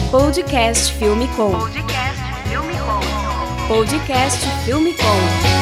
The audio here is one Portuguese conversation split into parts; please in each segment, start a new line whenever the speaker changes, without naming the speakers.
Podcast Filme Com. Podcast Filme Com.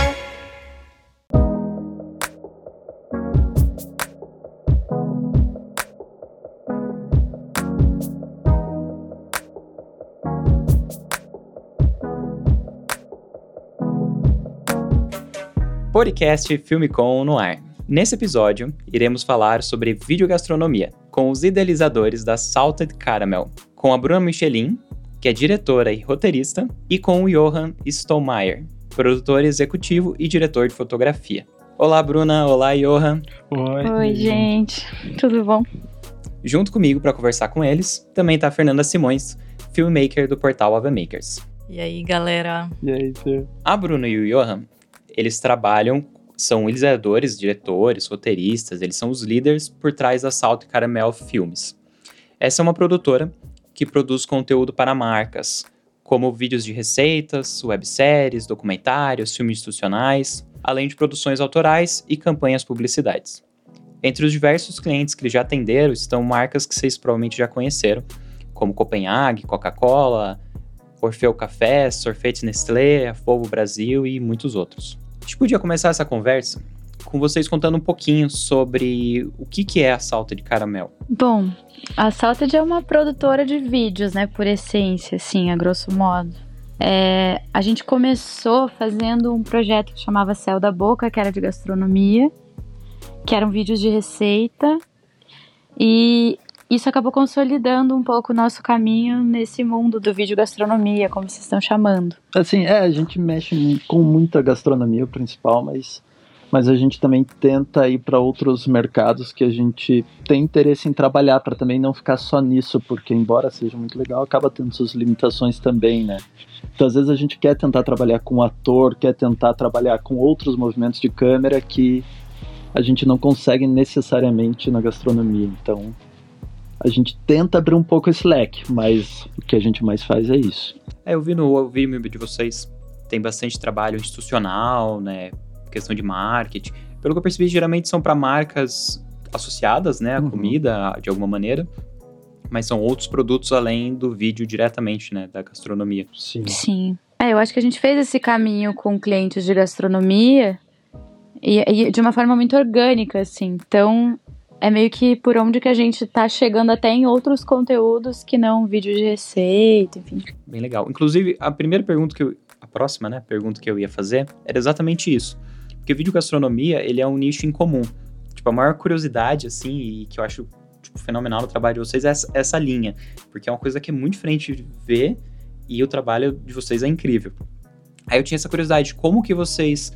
Podcast Filme Com no ar. Nesse episódio, iremos falar sobre videogastronomia, com os idealizadores da Salted Caramel, com a Bruna Michelin, que é diretora e roteirista, e com o Johan Stolmeyer, produtor executivo e diretor de fotografia. Olá, Bruna. Olá, Johan.
Oi, gente. Tudo bom?
Junto comigo para conversar com eles, também está a Fernanda Simões, filmmaker do portal Ava Makers.
E aí, galera?
E aí, Fê?
A Bruna e o Johan, eles trabalham, são idealizadores, diretores, roteiristas, eles são os líderes por trás da Salted Caramel Filmes. Essa é uma produtora que produz conteúdo para marcas, como vídeos de receitas, webséries, documentários, filmes institucionais, além de produções autorais e campanhas publicidades. Entre os diversos clientes que eles já atenderam estão marcas que vocês provavelmente já conheceram, como Copenhague, Coca-Cola, Orfeu Café, Sorvete Nestlé, Fogo Brasil e muitos outros. A gente podia começar essa conversa com vocês contando um pouquinho sobre o que é a Salted Caramel.
Bom, a Salted é uma produtora de vídeos, né, por essência, assim, a grosso modo. A gente começou fazendo um projeto que chamava Céu da Boca, que era de gastronomia, que eram vídeos de receita, e isso acabou consolidando um pouco o nosso caminho nesse mundo do vídeo gastronomia, como vocês estão chamando.
Assim, a gente mexe com muita gastronomia, o principal, mas a gente também tenta ir para outros mercados que a gente tem interesse em trabalhar, para também não ficar só nisso, porque embora seja muito legal, acaba tendo suas limitações também, né? Então, às vezes a gente quer tentar trabalhar com ator, quer tentar trabalhar com outros movimentos de câmera que a gente não consegue necessariamente na gastronomia, então a gente tenta abrir um pouco esse leque, mas o que a gente mais faz é isso.
Eu vi no vídeo de vocês, tem bastante trabalho institucional, né, questão de marketing. Pelo que eu percebi, geralmente são para marcas associadas, né, à comida, de alguma maneira, mas são outros produtos além do vídeo diretamente, né, da gastronomia.
Sim. Eu acho que a gente fez esse caminho com clientes de gastronomia e de uma forma muito orgânica, assim, então é meio que por onde que a gente tá chegando até em outros conteúdos que não vídeo de receita, enfim.
Bem legal. Inclusive, a próxima, né, pergunta que eu ia fazer era exatamente isso. Porque vídeo gastronomia, ele é um nicho em comum. Tipo, a maior curiosidade, assim, e que eu acho fenomenal no trabalho de vocês é essa linha. Porque é uma coisa que é muito diferente de ver e o trabalho de vocês é incrível. Aí eu tinha essa curiosidade, como que vocês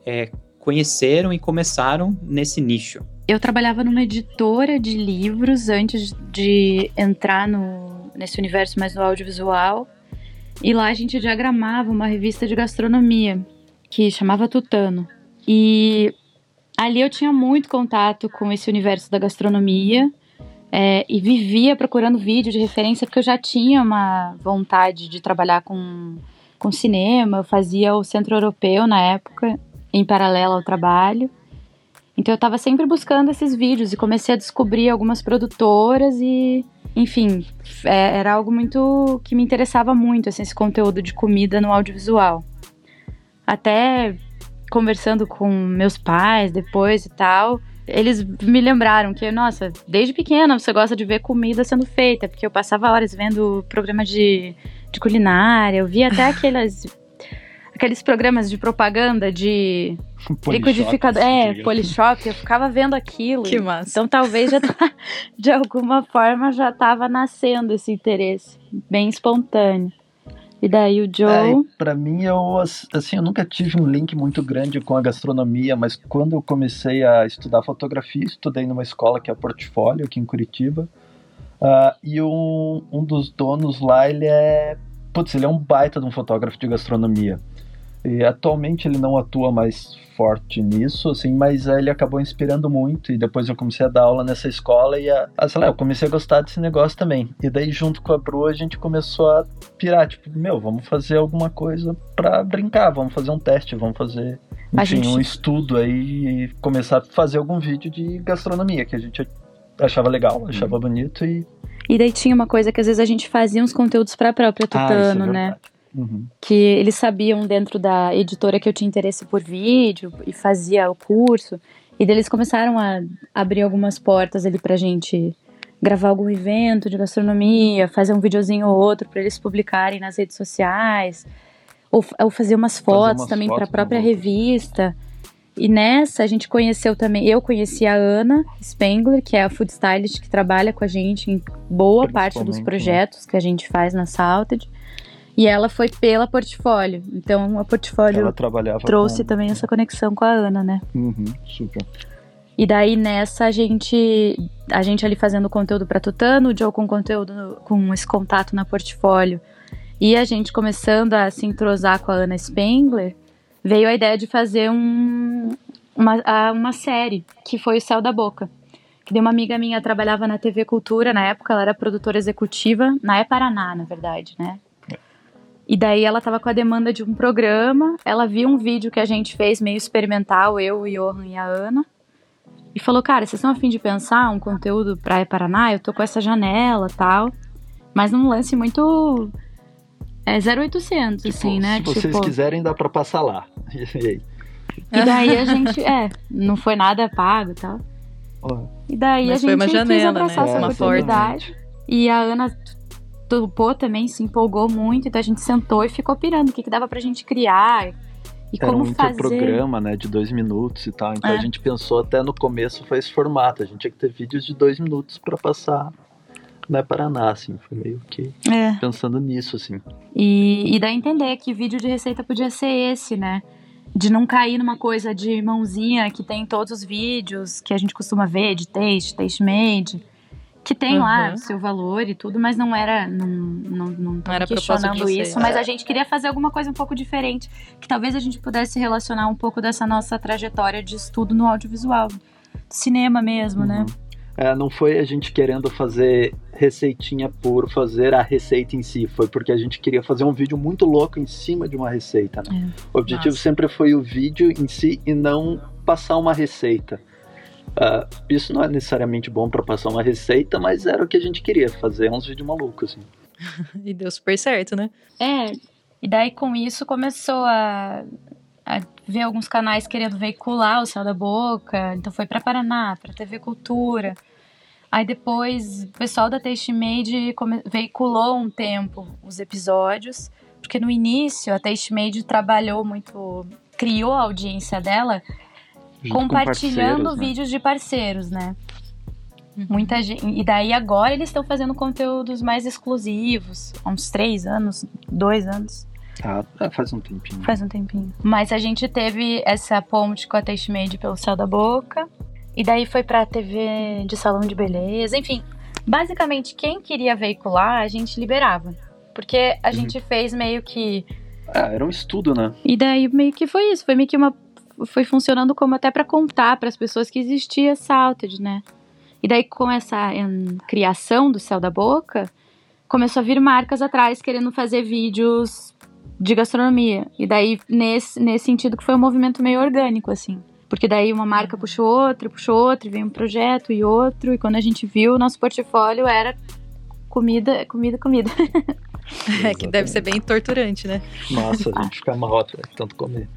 conheceram e começaram nesse nicho?
Eu trabalhava numa editora de livros antes de entrar nesse universo mais do audiovisual. E lá a gente diagramava uma revista de gastronomia, que chamava Tutano. E ali eu tinha muito contato com esse universo da gastronomia. E vivia procurando vídeo de referência, porque eu já tinha uma vontade de trabalhar com cinema. Eu fazia o Centro Europeu na época, em paralelo ao trabalho. Então eu estava sempre buscando esses vídeos e comecei a descobrir algumas produtoras e, enfim, era algo muito que me interessava muito, assim, esse conteúdo de comida no audiovisual. Até conversando com meus pais depois e tal, eles me lembraram que, nossa, desde pequena você gosta de ver comida sendo feita, porque eu passava horas vendo programas de culinária, eu via até aqueles programas de propaganda de liquidificador, Polishop, eu ficava vendo aquilo.
Que massa.
Então talvez de alguma forma já estava nascendo esse interesse, bem espontâneo. E daí o Joe...
Pra mim, eu nunca tive um link muito grande com a gastronomia, mas quando eu comecei a estudar fotografia, estudei numa escola que é a Portfólio, aqui em Curitiba, e um dos donos lá, ele é um baita de um fotógrafo de gastronomia. E atualmente ele não atua mais forte nisso, assim, mas ele acabou inspirando muito, e depois eu comecei a dar aula nessa escola e eu comecei a gostar desse negócio também. E daí junto com a Bru a gente começou a pirar, tipo, vamos fazer alguma coisa pra brincar, vamos fazer um teste, vamos fazer, enfim, um estudo aí e começar a fazer algum vídeo de gastronomia que a gente achava legal, achava bonito e
E daí tinha uma coisa que às vezes a gente fazia uns conteúdos pra própria Tutano,
isso é
né?
verdade. Uhum.
Que eles sabiam dentro da editora que eu tinha interesse por vídeo e fazia o curso. E daí eles começaram a abrir algumas portas ali pra gente gravar algum evento de gastronomia, fazer um videozinho ou outro pra eles publicarem nas redes sociais. Ou fazer umas fotos também pra própria revista. E nessa a gente conheceu também, eu conheci a Ana Spengler, que é a food stylist que trabalha com a gente em boa parte dos projetos que a gente faz na Salted. E ela foi pela Portfólio. Então a Portfólio trouxe também essa conexão com a Ana, né?
Uhum, super.
E daí nessa a gente ali fazendo conteúdo pra Tutano, o Joe com conteúdo, com esse contato na Portfólio. E a gente começando a se entrosar com a Ana Spengler, veio a ideia de fazer uma série, que foi o Céu da Boca. Que daí uma amiga minha trabalhava na TV Cultura, na época ela era produtora executiva, na Paraná, na verdade, né? E daí ela tava com a demanda de um programa, ela viu um vídeo que a gente fez meio experimental, eu, o Johan e a Ana, e falou, cara, vocês estão a fim de pensar um conteúdo pra Paraná? Eu tô com essa janela e tal, mas num lance muito 0800, assim, né?
Se vocês quiserem, dá pra passar lá.
E daí a gente, não foi nada pago e tal. E daí
mas
a gente
janela,
quis abraçar
né?
essa oportunidade. E a Ana topou também, se empolgou muito, então a gente sentou e ficou pirando o que dava pra gente criar e
era
como
um
fazer.
programa, né, de 2 minutos e tal, então a gente pensou até no começo foi esse formato, a gente tinha que ter vídeos de 2 minutos pra passar na Paraná, assim, foi meio que pensando nisso, assim.
E daí entender que vídeo de receita podia ser esse, né, de não cair numa coisa de mãozinha que tem em todos os vídeos que a gente costuma ver, de taste made, que tem lá o seu valor e tudo, mas não era questionando isso, mas a gente queria fazer alguma coisa um pouco diferente, que talvez a gente pudesse relacionar um pouco dessa nossa trajetória de estudo no audiovisual, cinema mesmo, né?
Não foi a gente querendo fazer receitinha por fazer a receita em si, foi porque a gente queria fazer um vídeo muito louco em cima de uma receita, né? O objetivo sempre foi o vídeo em si e não passar uma receita. Isso não é necessariamente bom pra passar uma receita, mas era o que a gente queria, fazer uns vídeos malucos, assim.
E deu super certo, né?
E daí com isso começou a ver alguns canais querendo veicular o Céu da Boca, então foi pra Paraná, pra TV Cultura. Aí depois o pessoal da Taste Made veiculou um tempo os episódios, porque no início a Taste Made trabalhou muito, criou a audiência dela compartilhando vídeos de parceiros, né? Muita gente. E daí agora eles estão fazendo conteúdos mais exclusivos. Há uns 3 anos, 2 anos.
Faz um tempinho.
Faz um tempinho. Mas a gente teve essa ponte com a Taste Made pelo Céu da Boca. E daí foi pra TV de salão de beleza. Enfim, basicamente quem queria veicular, a gente liberava. Porque a gente fez meio que...
era um estudo, né?
E daí meio que foi isso. Foi meio que foi funcionando como até pra contar pras pessoas que existia Salted, né? E daí com essa criação do Céu da Boca, começou a vir marcas atrás querendo fazer vídeos de gastronomia. E daí nesse sentido que foi um movimento meio orgânico, assim. Porque daí uma marca puxou outra, e veio um projeto e outro. E quando a gente viu, o nosso portfólio era comida.
Que deve ser bem torturante, né?
Nossa, a gente fica mal até tanto comer.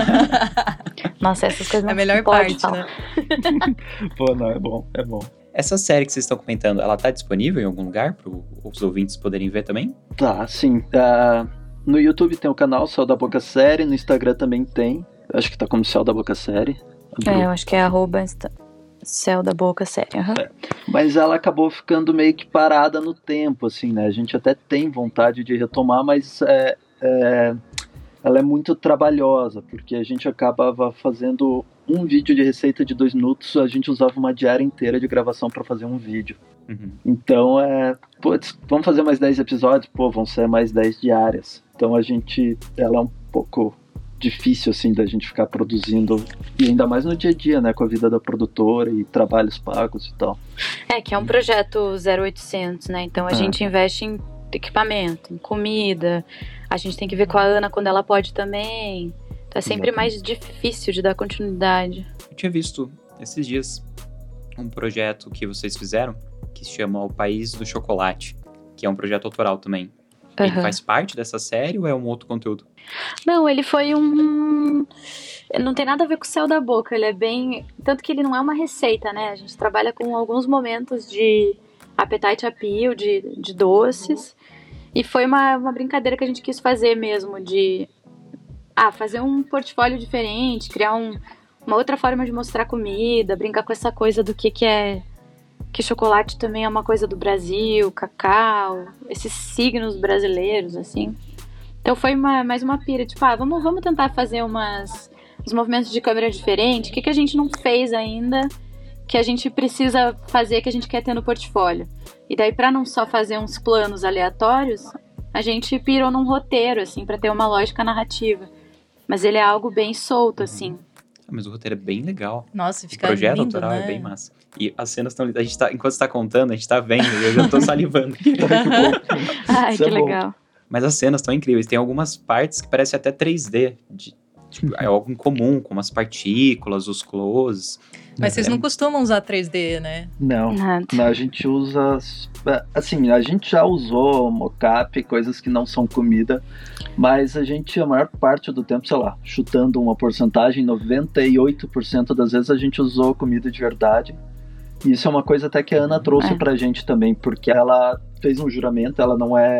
Nossa, essas coisas não
é a melhor parte, né?
Pô, não, é bom.
Essa série que vocês estão comentando, ela tá disponível em algum lugar para os ouvintes poderem ver também?
Tá, sim. No YouTube tem o canal Céu da Boca Série, no Instagram também tem. Acho que tá como Céu da Boca Série.
Eu acho que é @Céu da Boca Série.
Mas ela acabou ficando meio que parada no tempo, assim, né? A gente até tem vontade de retomar, mas ela é muito trabalhosa, porque a gente acabava fazendo um vídeo de receita de 2 minutos, a gente usava uma diária inteira de gravação para fazer um vídeo. Então, vamos fazer mais 10 episódios? Vão ser mais 10 diárias. Então ela é um pouco difícil, assim, da gente ficar produzindo, e ainda mais no dia a dia, né, com a vida da produtora e trabalhos pagos e tal.
Que é um projeto 0800, né, então a gente investe em equipamento, em comida, a gente tem que ver com a Ana quando ela pode também, então é sempre mais difícil de dar continuidade.
Eu tinha visto esses dias um projeto que vocês fizeram, que se chama O País do Chocolate, que é um projeto autoral também. Ele faz parte dessa série ou é um outro conteúdo?
Não, ele foi um... Não tem nada a ver com o Céu da Boca, ele é bem... Tanto que ele não é uma receita, né? A gente trabalha com alguns momentos de appetite appeal, de doces. E foi uma brincadeira que a gente quis fazer mesmo, de fazer um portfólio diferente, criar uma outra forma de mostrar comida, brincar com essa coisa do que é... Que chocolate também é uma coisa do Brasil, cacau, esses signos brasileiros, assim. Então foi mais uma pira, tipo, vamos tentar fazer uns movimentos de câmera diferentes. O que a gente não fez ainda, que a gente precisa fazer, que a gente quer ter no portfólio. E daí, pra não só fazer uns planos aleatórios, a gente pirou num roteiro, assim, pra ter uma lógica narrativa. Mas ele é algo bem solto, assim.
Mas o roteiro é bem legal.
Nossa, fica
lindo, o projeto
lindo,
autoral
né?
é bem massa. E as cenas estão... Enquanto você tá contando, a gente tá vendo, e eu já tô salivando.
Ai, que legal.
Mas as cenas estão incríveis. Tem algumas partes que parecem até 3D. É algo em comum, como as partículas, os closes.
Mas vocês não costumam usar 3D, né?
Não.
Nada.
Não, a gente usa... Assim, a gente já usou mocap, coisas que não são comida, mas a maior parte do tempo, sei lá, chutando uma porcentagem, 98% das vezes a gente usou comida de verdade. E isso é uma coisa até que a Ana trouxe pra gente também, porque ela fez um juramento, ela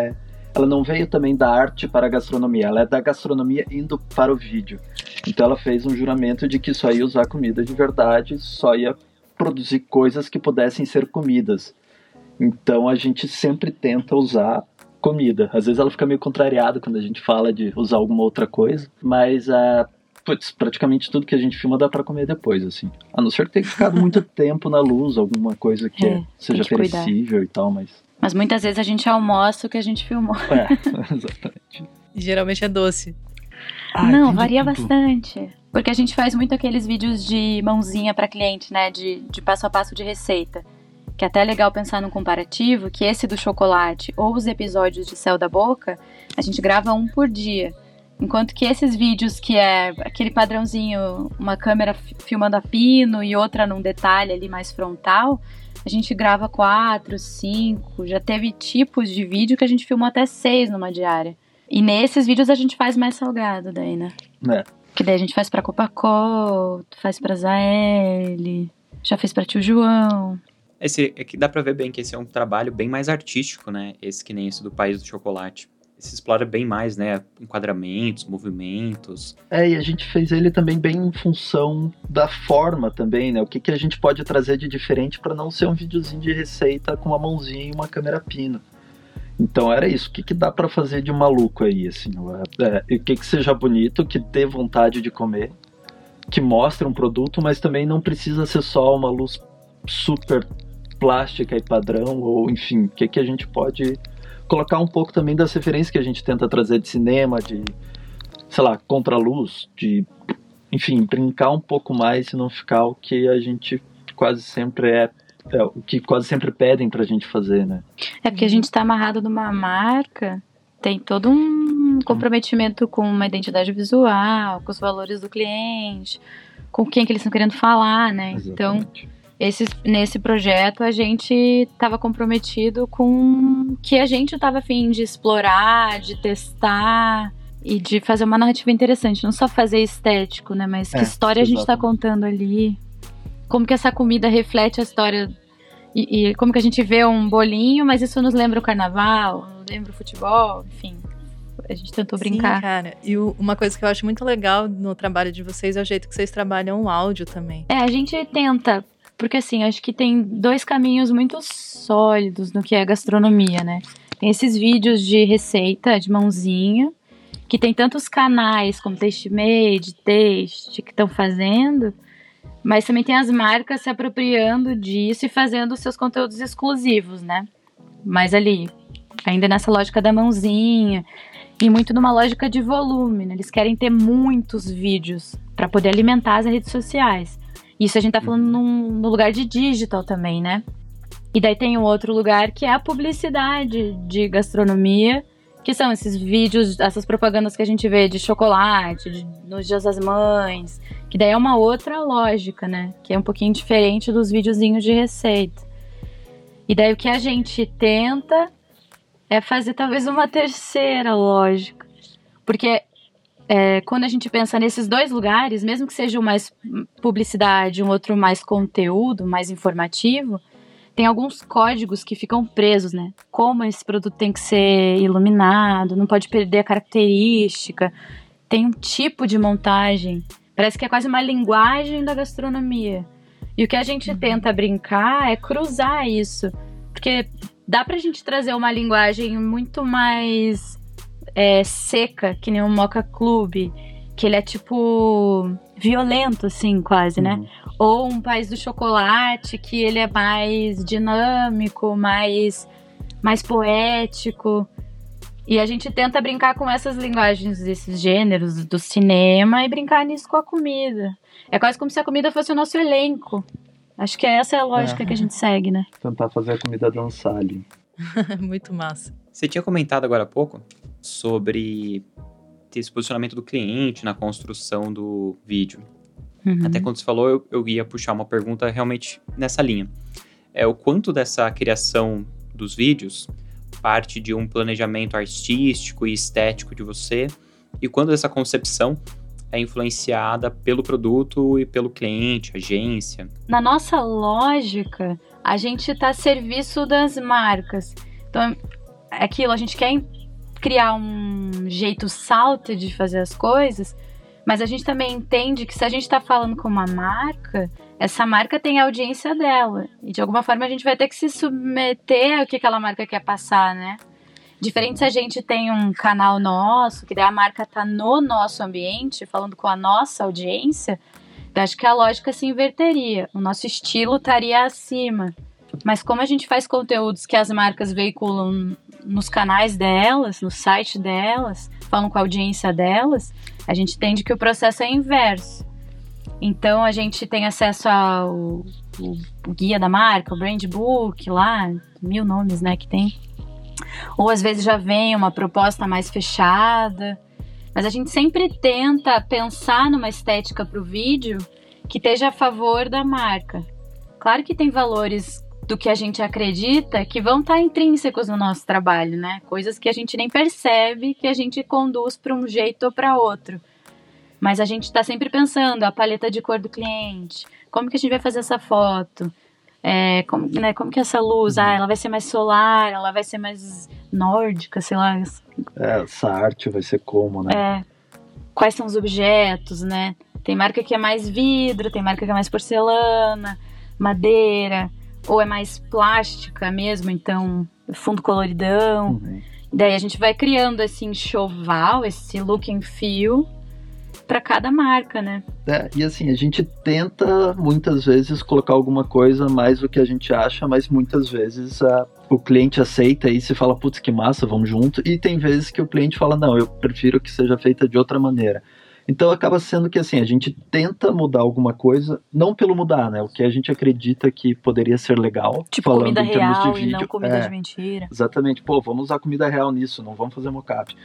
não veio também da arte para a gastronomia, ela é da gastronomia indo para o vídeo. Então ela fez um juramento de que só ia usar comida de verdade, só ia produzir coisas que pudessem ser comidas. Então a gente sempre tenta usar comida. Às vezes ela fica meio contrariada quando a gente fala de usar alguma outra coisa, mas praticamente tudo que a gente filma dá pra comer depois, assim. A não ser que tenha ficado muito tempo na luz, alguma coisa que seja perecível e tal,
Mas muitas vezes a gente almoça o que a gente filmou.
Exatamente.
E geralmente é doce.
Não, varia bastante. Porque a gente faz muito aqueles vídeos de mãozinha pra cliente, né? De passo a passo de receita. Que é até legal pensar num comparativo, que esse do chocolate ou os episódios de Céu da Boca, a gente grava um por dia. Enquanto que esses vídeos que é aquele padrãozinho, uma câmera filmando a pino e outra num detalhe ali mais frontal, a gente grava 4, 5, já teve tipos de vídeo que a gente filmou até 6 numa diária. E nesses vídeos a gente faz mais salgado daí, né? Que daí a gente faz pra Copacol, faz pra Zaeli, já fez pra Tio João.
É que dá pra ver bem que esse é um trabalho bem mais artístico, né? Esse que nem esse do País do Chocolate. Se explora bem mais, né? Enquadramentos, movimentos.
E a gente fez ele também bem em função da forma também, né? O que a gente pode trazer de diferente para não ser um videozinho de receita com uma mãozinha e uma câmera pino. Então era isso. O que dá para fazer de maluco aí, assim? O que seja bonito, que dê vontade de comer, que mostre um produto, mas também não precisa ser só uma luz super plástica e padrão, ou enfim, o que a gente pode colocar um pouco também das referências que a gente tenta trazer de cinema, de, sei lá, contraluz, de, enfim, brincar um pouco mais e não ficar o que a gente quase sempre o que quase sempre pedem pra gente fazer, né?
É porque a gente tá amarrado numa marca, tem todo um comprometimento com uma identidade visual, com os valores do cliente, com quem que eles estão querendo falar, né?
Exatamente.
Então, nesse projeto a gente estava comprometido com o que a gente estava a fim de explorar, de testar e de fazer uma narrativa interessante, não só fazer estético, né? Mas que história a gente está contando ali, como que essa comida reflete a história e como que a gente vê um bolinho, mas isso nos lembra o carnaval, nos lembra o futebol, enfim. A gente tentou brincar.
Sim, cara. E uma coisa que eu acho muito legal no trabalho de vocês é o jeito que vocês trabalham o áudio também.
A gente tenta, porque assim, acho que tem 2 caminhos muito sólidos no que é gastronomia, né? Tem esses vídeos de receita, de mãozinha, que tem tantos canais como TasteMade, Taste, que estão fazendo, mas também tem as marcas se apropriando disso e fazendo seus conteúdos exclusivos, né? Mas ali, ainda nessa lógica da mãozinha, e muito numa lógica de volume, né? Eles querem ter muitos vídeos para poder alimentar as redes sociais. Isso a gente tá falando no lugar de digital também, né? E daí tem um outro lugar que é a publicidade de gastronomia, que são esses vídeos, essas propagandas que a gente vê de chocolate, nos Dias das Mães, que daí é uma outra lógica, né? Que é um pouquinho diferente dos videozinhos de receita. E daí o que a gente tenta é fazer talvez uma terceira lógica. Porque quando a gente pensa nesses dois lugares, mesmo que seja um mais publicidade, um outro mais conteúdo, mais informativo, tem alguns códigos que ficam presos, né? Como esse produto tem que ser iluminado, não pode perder a característica, tem um tipo de montagem, parece que é quase uma linguagem da gastronomia. E o que a gente tenta brincar é cruzar isso, porque dá pra gente trazer uma linguagem muito mais seca, que nem o Mocha Club, que ele é tipo violento, assim, quase, né? Ou um País do Chocolate, que ele é mais dinâmico, mais poético. E a gente tenta brincar com essas linguagens desses gêneros do cinema e brincar nisso com a comida. É quase como se a comida fosse o nosso elenco. Acho que essa é a lógica que a gente segue, né?
Tentar fazer a comida dançar ali.
Muito massa.
Você tinha comentado agora há pouco sobre esse posicionamento do cliente na construção do vídeo. Até quando você falou, eu ia puxar uma pergunta realmente nessa linha. O quanto dessa criação dos vídeos parte de um planejamento artístico e estético de você, e quando essa concepção é influenciada pelo produto e pelo cliente, agência.
Na nossa lógica, a gente está a serviço das marcas. Então, é aquilo, a gente quer criar um jeito salto de fazer as coisas, mas a gente também entende que se a gente está falando com uma marca, essa marca tem a audiência dela. E de alguma forma a gente vai ter que se submeter ao que aquela marca quer passar, né? Diferente se a gente tem um canal nosso, que daí a marca está no nosso ambiente, falando com a nossa audiência, eu acho que a lógica se inverteria. O nosso estilo estaria acima. Mas como a gente faz conteúdos que as marcas veiculam nos canais delas, no site delas, falam com a audiência delas, a gente entende que o processo é inverso. Então a gente tem acesso ao guia da marca, o brand book lá, 1000 nomes, né, que tem. Ou às vezes já vem uma proposta mais fechada. Mas a gente sempre tenta pensar numa estética para o vídeo que esteja a favor da marca. Claro que tem valores do que a gente acredita que vão estar intrínsecos no nosso trabalho, né? Coisas que a gente nem percebe, que a gente conduz para um jeito ou para outro. Mas a gente está sempre pensando a paleta de cor do cliente, como que a gente vai fazer essa foto, como que essa luz, ela vai ser mais solar, ela vai ser mais nórdica, sei lá.
Essa arte vai ser como, né?
Quais são os objetos, né? Tem marca que é mais vidro, tem marca que é mais porcelana, madeira, ou é mais plástica mesmo, então fundo coloridão. Daí a gente vai criando esse enxoval, esse look and feel para cada marca, né?
E assim, a gente tenta muitas vezes colocar alguma coisa mais do que a gente acha, mas muitas vezes o cliente aceita isso e fala, putz, que massa, vamos junto. E tem vezes que o cliente fala, não, eu prefiro que seja feita de outra maneira. Então acaba sendo que assim, a gente tenta mudar alguma coisa, não pelo mudar, né? O que a gente acredita que poderia ser legal.
Tipo
falando
comida
em termos
real
de vídeo,
e não comida de mentira.
Exatamente. Pô, vamos usar comida real nisso, não vamos fazer mockup.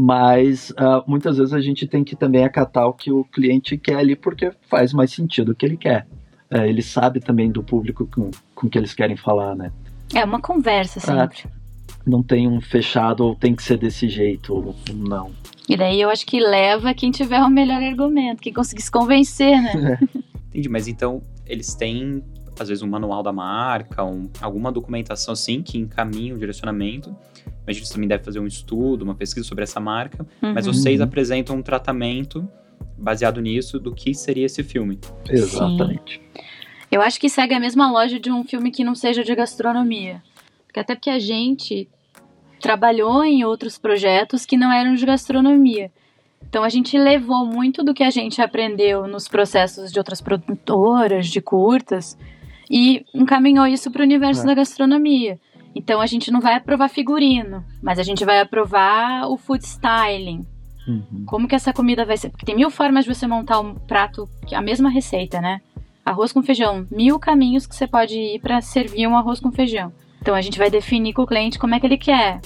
Mas muitas vezes a gente tem que também acatar o que o cliente quer ali, porque faz mais sentido o que ele quer. Ele sabe também do público com que eles querem falar, né?
É uma conversa sempre.
Não tem um fechado ou tem que ser desse jeito, ou não.
E daí eu acho que leva quem tiver o melhor argumento, quem conseguir se convencer, né?
Entendi, mas então eles têm, às vezes, um manual da marca, alguma documentação assim que encaminha o direcionamento. Mas eles também devem fazer um estudo, uma pesquisa sobre essa marca. Mas vocês apresentam um tratamento baseado nisso do que seria esse filme.
Exatamente.
Sim. Eu acho que segue a mesma lógica de um filme que não seja de gastronomia. Até porque a gente trabalhou em outros projetos que não eram de gastronomia. Então a gente levou muito do que a gente aprendeu nos processos de outras produtoras, de curtas, e encaminhou isso para o universo da gastronomia. Então a gente não vai aprovar figurino, mas a gente vai aprovar o food styling. Como que essa comida vai ser? Porque tem 1000 formas de você montar um prato, a mesma receita, né? Arroz com feijão, 1000 caminhos que você pode ir para servir um arroz com feijão. Então a gente vai definir com o cliente como é que ele quer.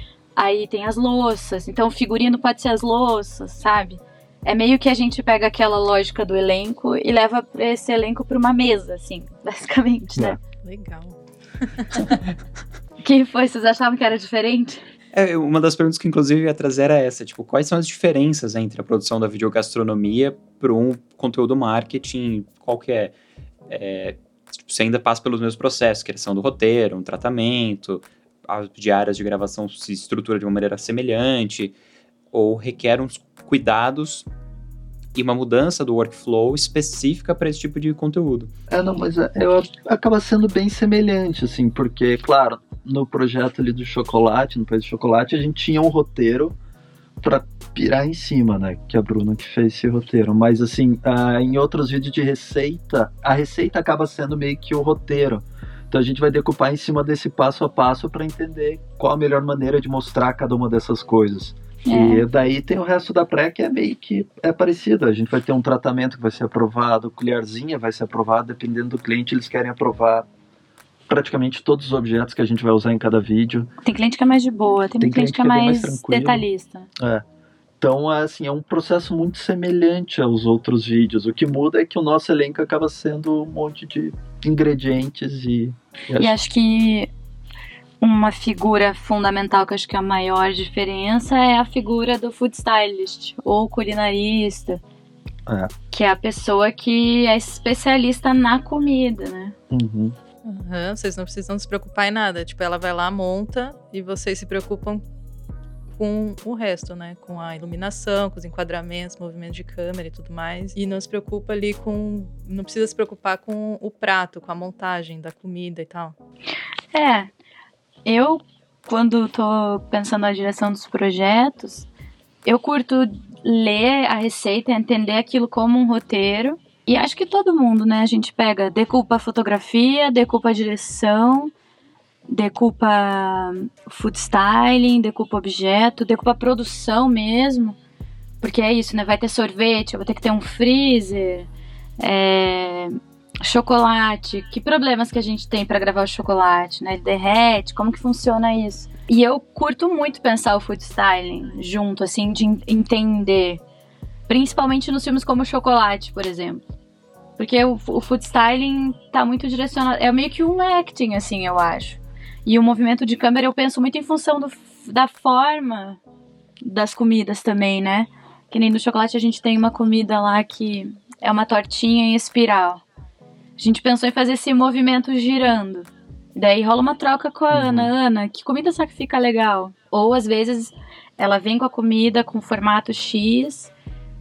Aí tem as louças, então o figurino pode ser as louças, sabe? É meio que a gente pega aquela lógica do elenco e leva esse elenco para uma mesa, assim, basicamente, né?
Legal.
Que foi? Vocês achavam que era diferente?
Uma das perguntas que, inclusive, eu ia trazer era essa, tipo, quais são as diferenças entre a produção da videogastronomia para um conteúdo marketing, qual que é? Tipo, você ainda passa pelos mesmos processos, criação do roteiro, um tratamento, as diárias de gravação se estrutura de uma maneira semelhante, ou requer uns cuidados e uma mudança do workflow específica para esse tipo de conteúdo.
Não, mas acaba sendo bem semelhante, assim, porque, claro, no projeto ali do chocolate, no País do Chocolate, a gente tinha um roteiro para pirar em cima, né, que é a Bruna que fez esse roteiro, mas assim, em outros vídeos de receita, a receita acaba sendo meio que o roteiro, então a gente vai decupar em cima desse passo a passo para entender qual a melhor maneira de mostrar cada uma dessas coisas. E daí tem o resto da pré que é meio que parecido. A gente vai ter um tratamento que vai ser aprovado, colherzinha vai ser aprovado, dependendo do cliente, eles querem aprovar praticamente todos os objetos que a gente vai usar em cada vídeo.
Tem cliente que é mais de boa, tem cliente que é mais detalhista.
Então, assim, é um processo muito semelhante aos outros vídeos. O que muda é que o nosso elenco acaba sendo um monte de ingredientes e
acho que uma figura fundamental, que acho que é a maior diferença, é a figura do food stylist ou culinarista, que é a pessoa que é especialista na comida, né?
Vocês não precisam se preocupar em nada, tipo, ela vai lá, monta, e vocês se preocupam com o resto, né? Com a iluminação, com os enquadramentos, movimento de câmera e tudo mais. E não se preocupa ali não precisa se preocupar com o prato, com a montagem da comida e tal.
Eu, quando tô pensando na direção dos projetos, eu curto ler a receita, entender aquilo como um roteiro. E acho que todo mundo, né? A gente decupa a fotografia, decupa a direção, decupa food styling, decupa objeto, decupa a produção mesmo. Porque é isso, né? Vai ter sorvete, eu vou ter que ter um freezer, chocolate, que problemas que a gente tem para gravar o chocolate, né? Ele derrete, como que funciona isso? E eu curto muito pensar o food styling junto, assim, de entender, principalmente nos filmes como Chocolate, por exemplo. Porque o food styling tá muito direcionado, é meio que um acting, assim, eu acho. E o movimento de câmera eu penso muito em função da forma das comidas também, né? Que nem no Chocolate a gente tem uma comida lá que é uma tortinha em espiral. A gente pensou em fazer esse movimento girando. Daí rola uma troca com a Ana. Ana, que comida será que fica legal? Ou às vezes ela vem com a comida com formato X,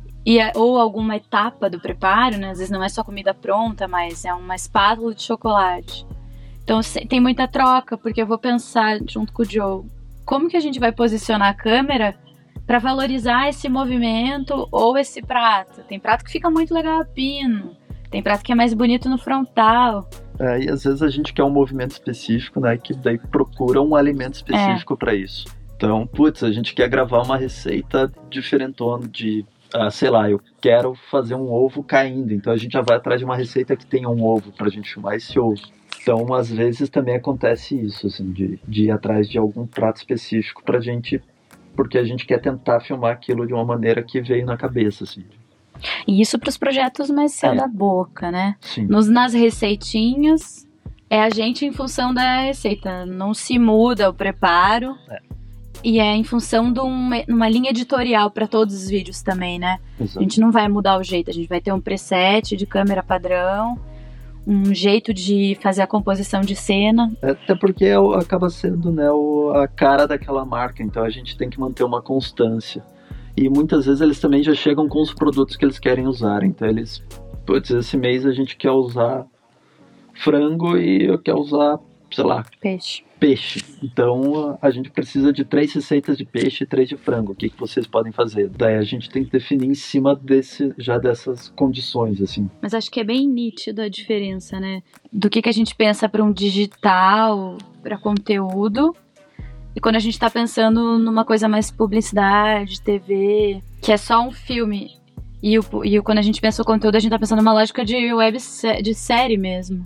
ou alguma etapa do preparo, né? Às vezes não é só comida pronta, mas é uma espátula de chocolate. Então tem muita troca, porque eu vou pensar junto com o Joe, como que a gente vai posicionar a câmera para valorizar esse movimento ou esse prato. Tem prato que fica muito legal a pino. Tem prato que é mais bonito no frontal.
E às vezes a gente quer um movimento específico, né? Que daí procura um alimento específico para isso. Então, a gente quer gravar uma receita diferentona de... sei lá, eu quero fazer um ovo caindo. Então a gente já vai atrás de uma receita que tenha um ovo pra gente filmar esse ovo. Então, às vezes também acontece isso, assim, de ir atrás de algum prato específico pra gente... Porque a gente quer tentar filmar aquilo de uma maneira que veio na cabeça, assim.
E isso para os projetos mais céu da boca, né?
Sim.
Nas receitinhas, é a gente em função da receita. Não se muda o preparo. E é em função de uma linha editorial para todos os vídeos também, né? Exato. A gente não vai mudar o jeito. A gente vai ter um preset de câmera padrão, um jeito de fazer a composição de cena.
Até porque acaba sendo, né, a cara daquela marca. Então a gente tem que manter uma constância. E muitas vezes eles também já chegam com os produtos que eles querem usar. Então eles, esse mês a gente quer usar frango e eu quero usar, sei lá, peixe. Então a gente precisa de 3 receitas de peixe e 3 de frango. O que vocês podem fazer? Daí a gente tem que definir em cima dessas condições, assim.
Mas acho que é bem nítido a diferença, né? Do que a gente pensa para um digital, para conteúdo. E quando a gente tá pensando numa coisa mais publicidade, TV, que é só um filme. E quando a gente pensa o conteúdo, a gente tá pensando numa lógica de de série mesmo.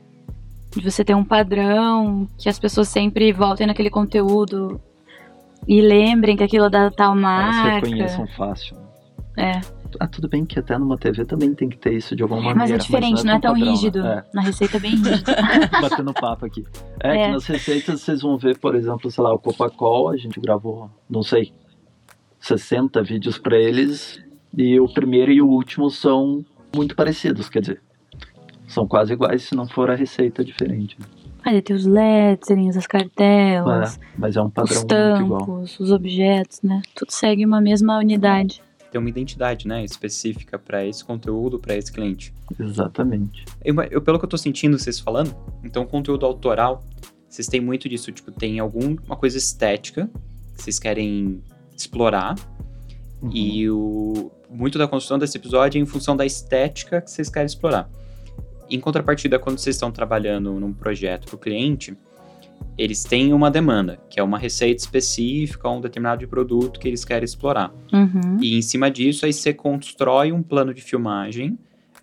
De você ter um padrão, que as pessoas sempre voltem naquele conteúdo e lembrem que aquilo é da tal marca.
Elas reconheçam fácil. Tudo bem que até numa TV também tem que ter isso de alguma maneira.
Mas é diferente, não é tão
padrão,
rígido.
né?
Na receita é bem rígido.
Batendo papo aqui. Que nas receitas vocês vão ver, por exemplo, sei lá, o Copacol, a gente gravou, não sei, 60 vídeos pra eles, e o primeiro e o último são muito parecidos, quer dizer, são quase iguais se não for a receita diferente.
Aí tem os letterings, as cartelas,
mas é um padrão
os
muito igual.
tampos, os objetos, né? Tudo segue uma mesma unidade.
Tem uma identidade, né, específica para esse conteúdo, para esse cliente.
Exatamente.
Pelo que eu tô sentindo vocês falando, então conteúdo autoral, vocês têm muito disso, tipo, tem alguma coisa estética que vocês querem explorar, e muito da construção desse episódio é em função da estética que vocês querem explorar. Em contrapartida, quando vocês estão trabalhando num projeto para o cliente, eles têm uma demanda, que é uma receita específica, um determinado produto que eles querem explorar. E em cima disso, aí você constrói um plano de filmagem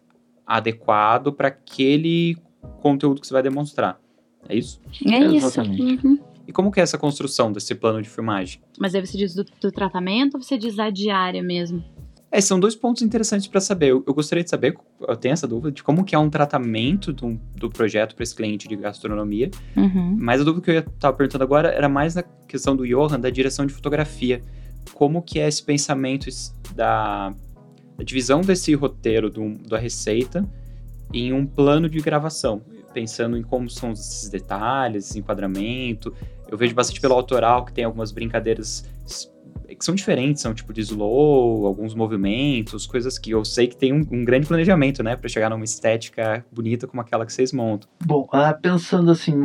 adequado para aquele conteúdo que você vai demonstrar. É isso?
É isso.
Exatamente.
E como que é essa construção desse plano de filmagem?
Mas aí você diz do tratamento ou você diz a diária mesmo?
São 2 pontos interessantes para saber. Eu gostaria de saber, eu tenho essa dúvida, de como que é um tratamento do projeto para esse cliente de gastronomia. Mas a dúvida que eu estava perguntando agora era mais na questão do Johan, da direção de fotografia. Como que é esse pensamento da divisão desse roteiro da receita em um plano de gravação? Pensando em como são esses detalhes, esse enquadramento. Eu vejo bastante pelo autoral, que tem algumas brincadeiras que são diferentes, são tipo de slow, alguns movimentos, coisas que eu sei que tem um grande planejamento, né, para chegar numa estética bonita como aquela que vocês montam.
Bom, pensando assim,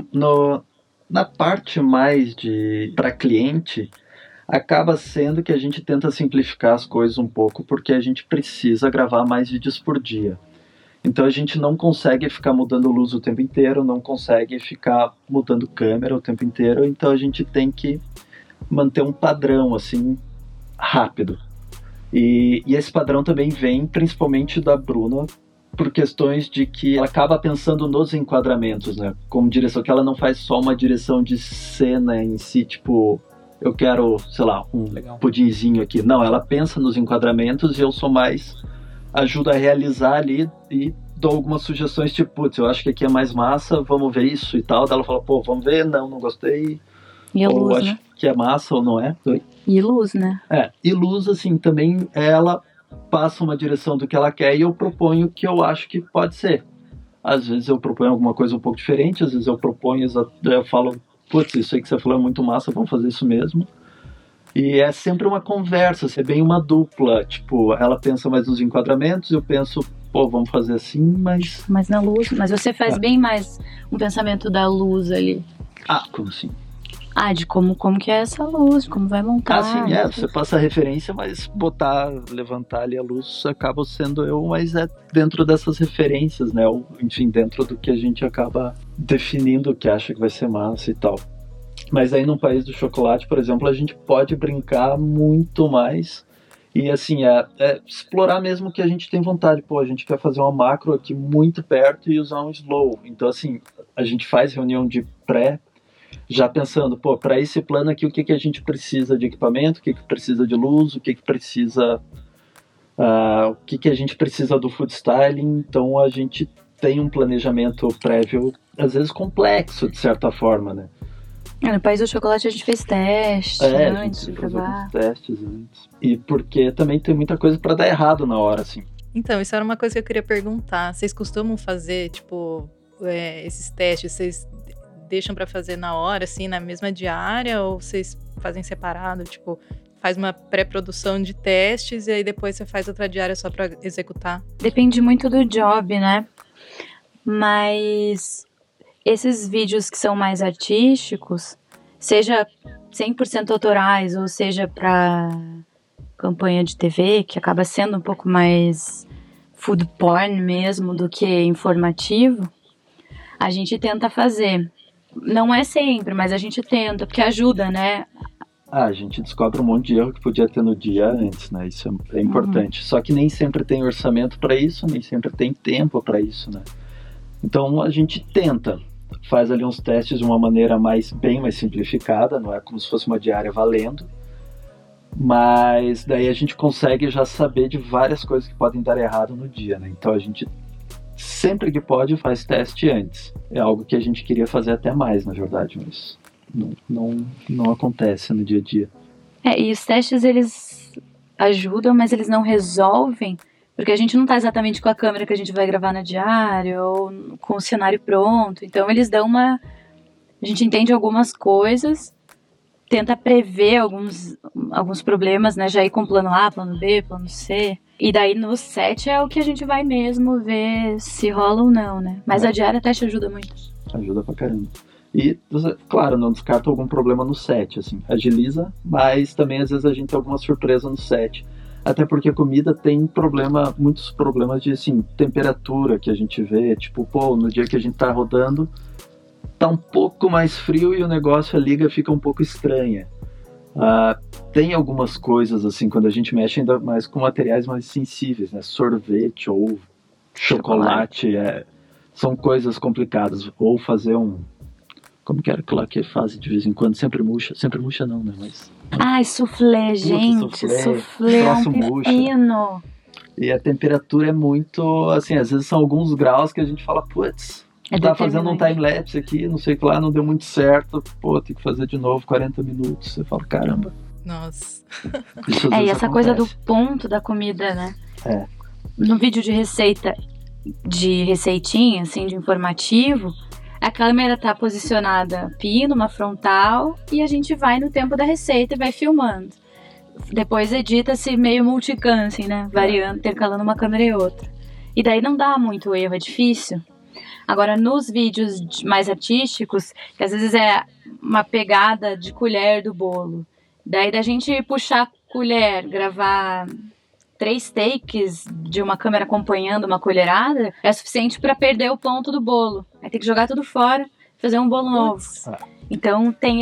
na parte mais para cliente, acaba sendo que a gente tenta simplificar as coisas um pouco, porque a gente precisa gravar mais vídeos por dia. Então a gente não consegue ficar mudando luz o tempo inteiro, não consegue ficar mudando câmera o tempo inteiro, então a gente tem que manter um padrão, assim, rápido. E esse padrão também vem principalmente da Bruna, por questões de que ela acaba pensando nos enquadramentos, né? Como direção, que ela não faz só uma direção de cena em si, tipo, eu quero, sei lá, um pudinzinho aqui. Não, ela pensa nos enquadramentos e eu sou mais, ajuda a realizar ali e dou algumas sugestões, tipo, putz, eu acho que aqui é mais massa, vamos ver isso e tal. Daí ela fala, pô, vamos ver, não gostei.
E a luz,
acho que é massa ou não é.
E luz, né?
E luz, assim, também ela passa uma direção do que ela quer e eu proponho o que eu acho que pode ser. Às vezes eu proponho alguma coisa um pouco diferente, às vezes eu proponho, eu falo, putz, isso aí que você falou é muito massa, vamos fazer isso mesmo. E é sempre uma conversa, é bem uma dupla, tipo, ela pensa mais nos enquadramentos, eu penso, pô, vamos fazer assim, mas...
Mas na luz, mas você faz bem mais um pensamento da luz ali.
Como assim?
De como que é essa luz, de como vai montar.
Sim, você passa a referência, mas levantar ali a luz acaba sendo eu, mas é dentro dessas referências, né? Ou, enfim, dentro do que a gente acaba definindo o que acha que vai ser massa e tal. Mas aí no País do Chocolate, por exemplo, a gente pode brincar muito mais e, assim, explorar mesmo o que a gente tem vontade. Pô, a gente quer fazer uma macro aqui muito perto e usar um slow. Então, assim, a gente faz reunião de pré, já pensando, pô, para esse plano aqui, o que a gente precisa de equipamento, o que precisa de luz, o que precisa, o que a gente precisa do food styling. Então a gente tem um planejamento prévio, às vezes complexo, de certa forma, né?
No País do Chocolate a gente fez testes antes de gravar.
Testes antes. E porque também tem muita coisa para dar errado na hora, assim.
Então, isso era uma coisa que eu queria perguntar. Vocês costumam fazer, tipo, esses testes, vocês deixam pra fazer na hora, assim, na mesma diária, ou vocês fazem separado, tipo, faz uma pré-produção de testes e aí depois você faz outra diária só pra executar?
Depende muito do job, né? Mas esses vídeos que são mais artísticos, seja 100% autorais ou seja pra campanha de TV, que acaba sendo um pouco mais food porn mesmo do que informativo, a gente tenta fazer. Não é sempre, mas a gente tenta, porque ajuda, né?
A gente descobre um monte de erro que podia ter no dia antes, né? Isso é importante. Só que nem sempre tem orçamento para isso, nem sempre tem tempo para isso, né? Então a gente tenta, faz ali uns testes de uma maneira bem mais simplificada, não é como se fosse uma diária valendo. Mas daí a gente consegue já saber de várias coisas que podem dar errado no dia, né? Então a gente, sempre que pode, faz teste antes. É algo que a gente queria fazer até mais, na verdade, mas não acontece no dia a dia.
E os testes, eles ajudam, mas eles não resolvem, porque a gente não tá exatamente com a câmera que a gente vai gravar na diária, ou com o cenário pronto. Então eles dão a gente entende algumas coisas, tenta prever alguns problemas, né? Já ir com plano A, plano B, plano C. E daí no set é o que a gente vai mesmo ver se rola ou não, né? Mas a diária até te ajuda muito.
Ajuda pra caramba. E, claro, não descarta algum problema no set, assim. Agiliza, mas também às vezes a gente tem alguma surpresa no set. Até porque a comida tem muitos problemas de, assim, temperatura que a gente vê. Tipo, no dia que a gente tá rodando, tá um pouco mais frio e o negócio, a liga fica um pouco estranha. Tem algumas coisas, assim, quando a gente mexe ainda mais com materiais mais sensíveis, né? Sorvete ou chocolate. São coisas complicadas. Ou fazer como que era aquilo lá que faz de vez em quando? Sempre murcha não, né? Mas...
soufflé, gente. Soufflé é um pepino.
E a temperatura é muito, assim, às vezes são alguns graus que a gente fala, putz, tá fazendo um time-lapse aqui, não sei o que lá, não deu muito certo, tem que fazer de novo 40 minutos. Você fala, caramba.
Nossa.
E essa coisa do ponto da comida, né? No vídeo de receitinha, assim, de informativo, a câmera tá posicionada numa frontal e a gente vai no tempo da receita e vai filmando. Depois edita-se meio multicam, assim, né? Variando, intercalando uma câmera e outra. E daí não dá muito erro, é difícil. Agora, nos vídeos mais artísticos, que às vezes é uma pegada de colher do bolo, daí da gente puxar a colher, gravar 3 takes de uma câmera acompanhando uma colherada, é suficiente para perder o ponto do bolo. Aí tem que jogar tudo fora, fazer um bolo novo. Então tem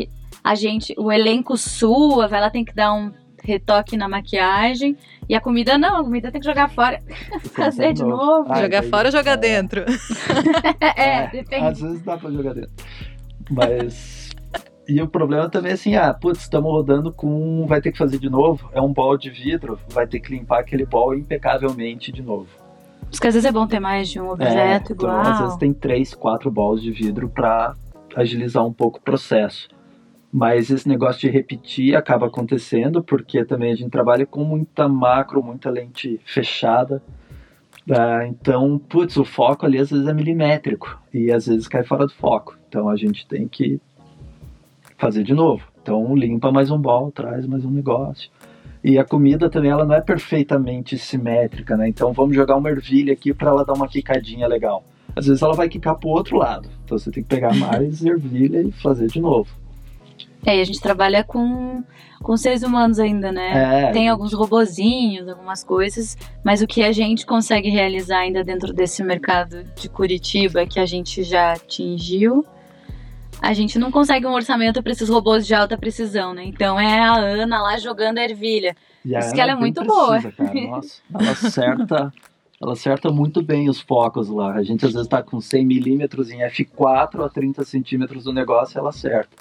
o elenco sua, ela tem que dar um retoque na maquiagem, e a comida não, a comida tem que jogar fora, fazer de novo.
Jogar fora ou jogar dentro?
Depende.
Às vezes dá pra jogar dentro. Mas... E o problema também é assim, estamos rodando vai ter que fazer de novo, é um bol de vidro, vai ter que limpar aquele bol impecavelmente de novo.
Porque às vezes é bom ter mais de um objeto igual.
Então, às vezes tem 3, 4 bols de vidro para agilizar um pouco o processo. Mas esse negócio de repetir acaba acontecendo, porque também a gente trabalha com muita macro, muita lente fechada. Então, o foco ali às vezes é milimétrico, e às vezes cai fora do foco. Então a gente tem que fazer de novo. Então limpa mais um bol, traz mais um negócio. E a comida também, ela não é perfeitamente simétrica, né? Então vamos jogar uma ervilha aqui para ela dar uma quicadinha legal. Às vezes ela vai quicar pro outro lado. Então você tem que pegar mais ervilha e fazer de novo.
E a gente trabalha com seres humanos ainda, né? Tem alguns robozinhos, algumas coisas, mas o que a gente consegue realizar ainda dentro desse mercado de Curitiba, que a gente já atingiu, a gente não consegue um orçamento para esses robôs de alta precisão, né? Então é a Ana lá jogando a ervilha. Isso que ela é muito boa.
Cara. Nossa, ela acerta muito bem os focos lá. A gente às vezes tá com 100 milímetros em f4 a 30 centímetros do negócio, ela acerta.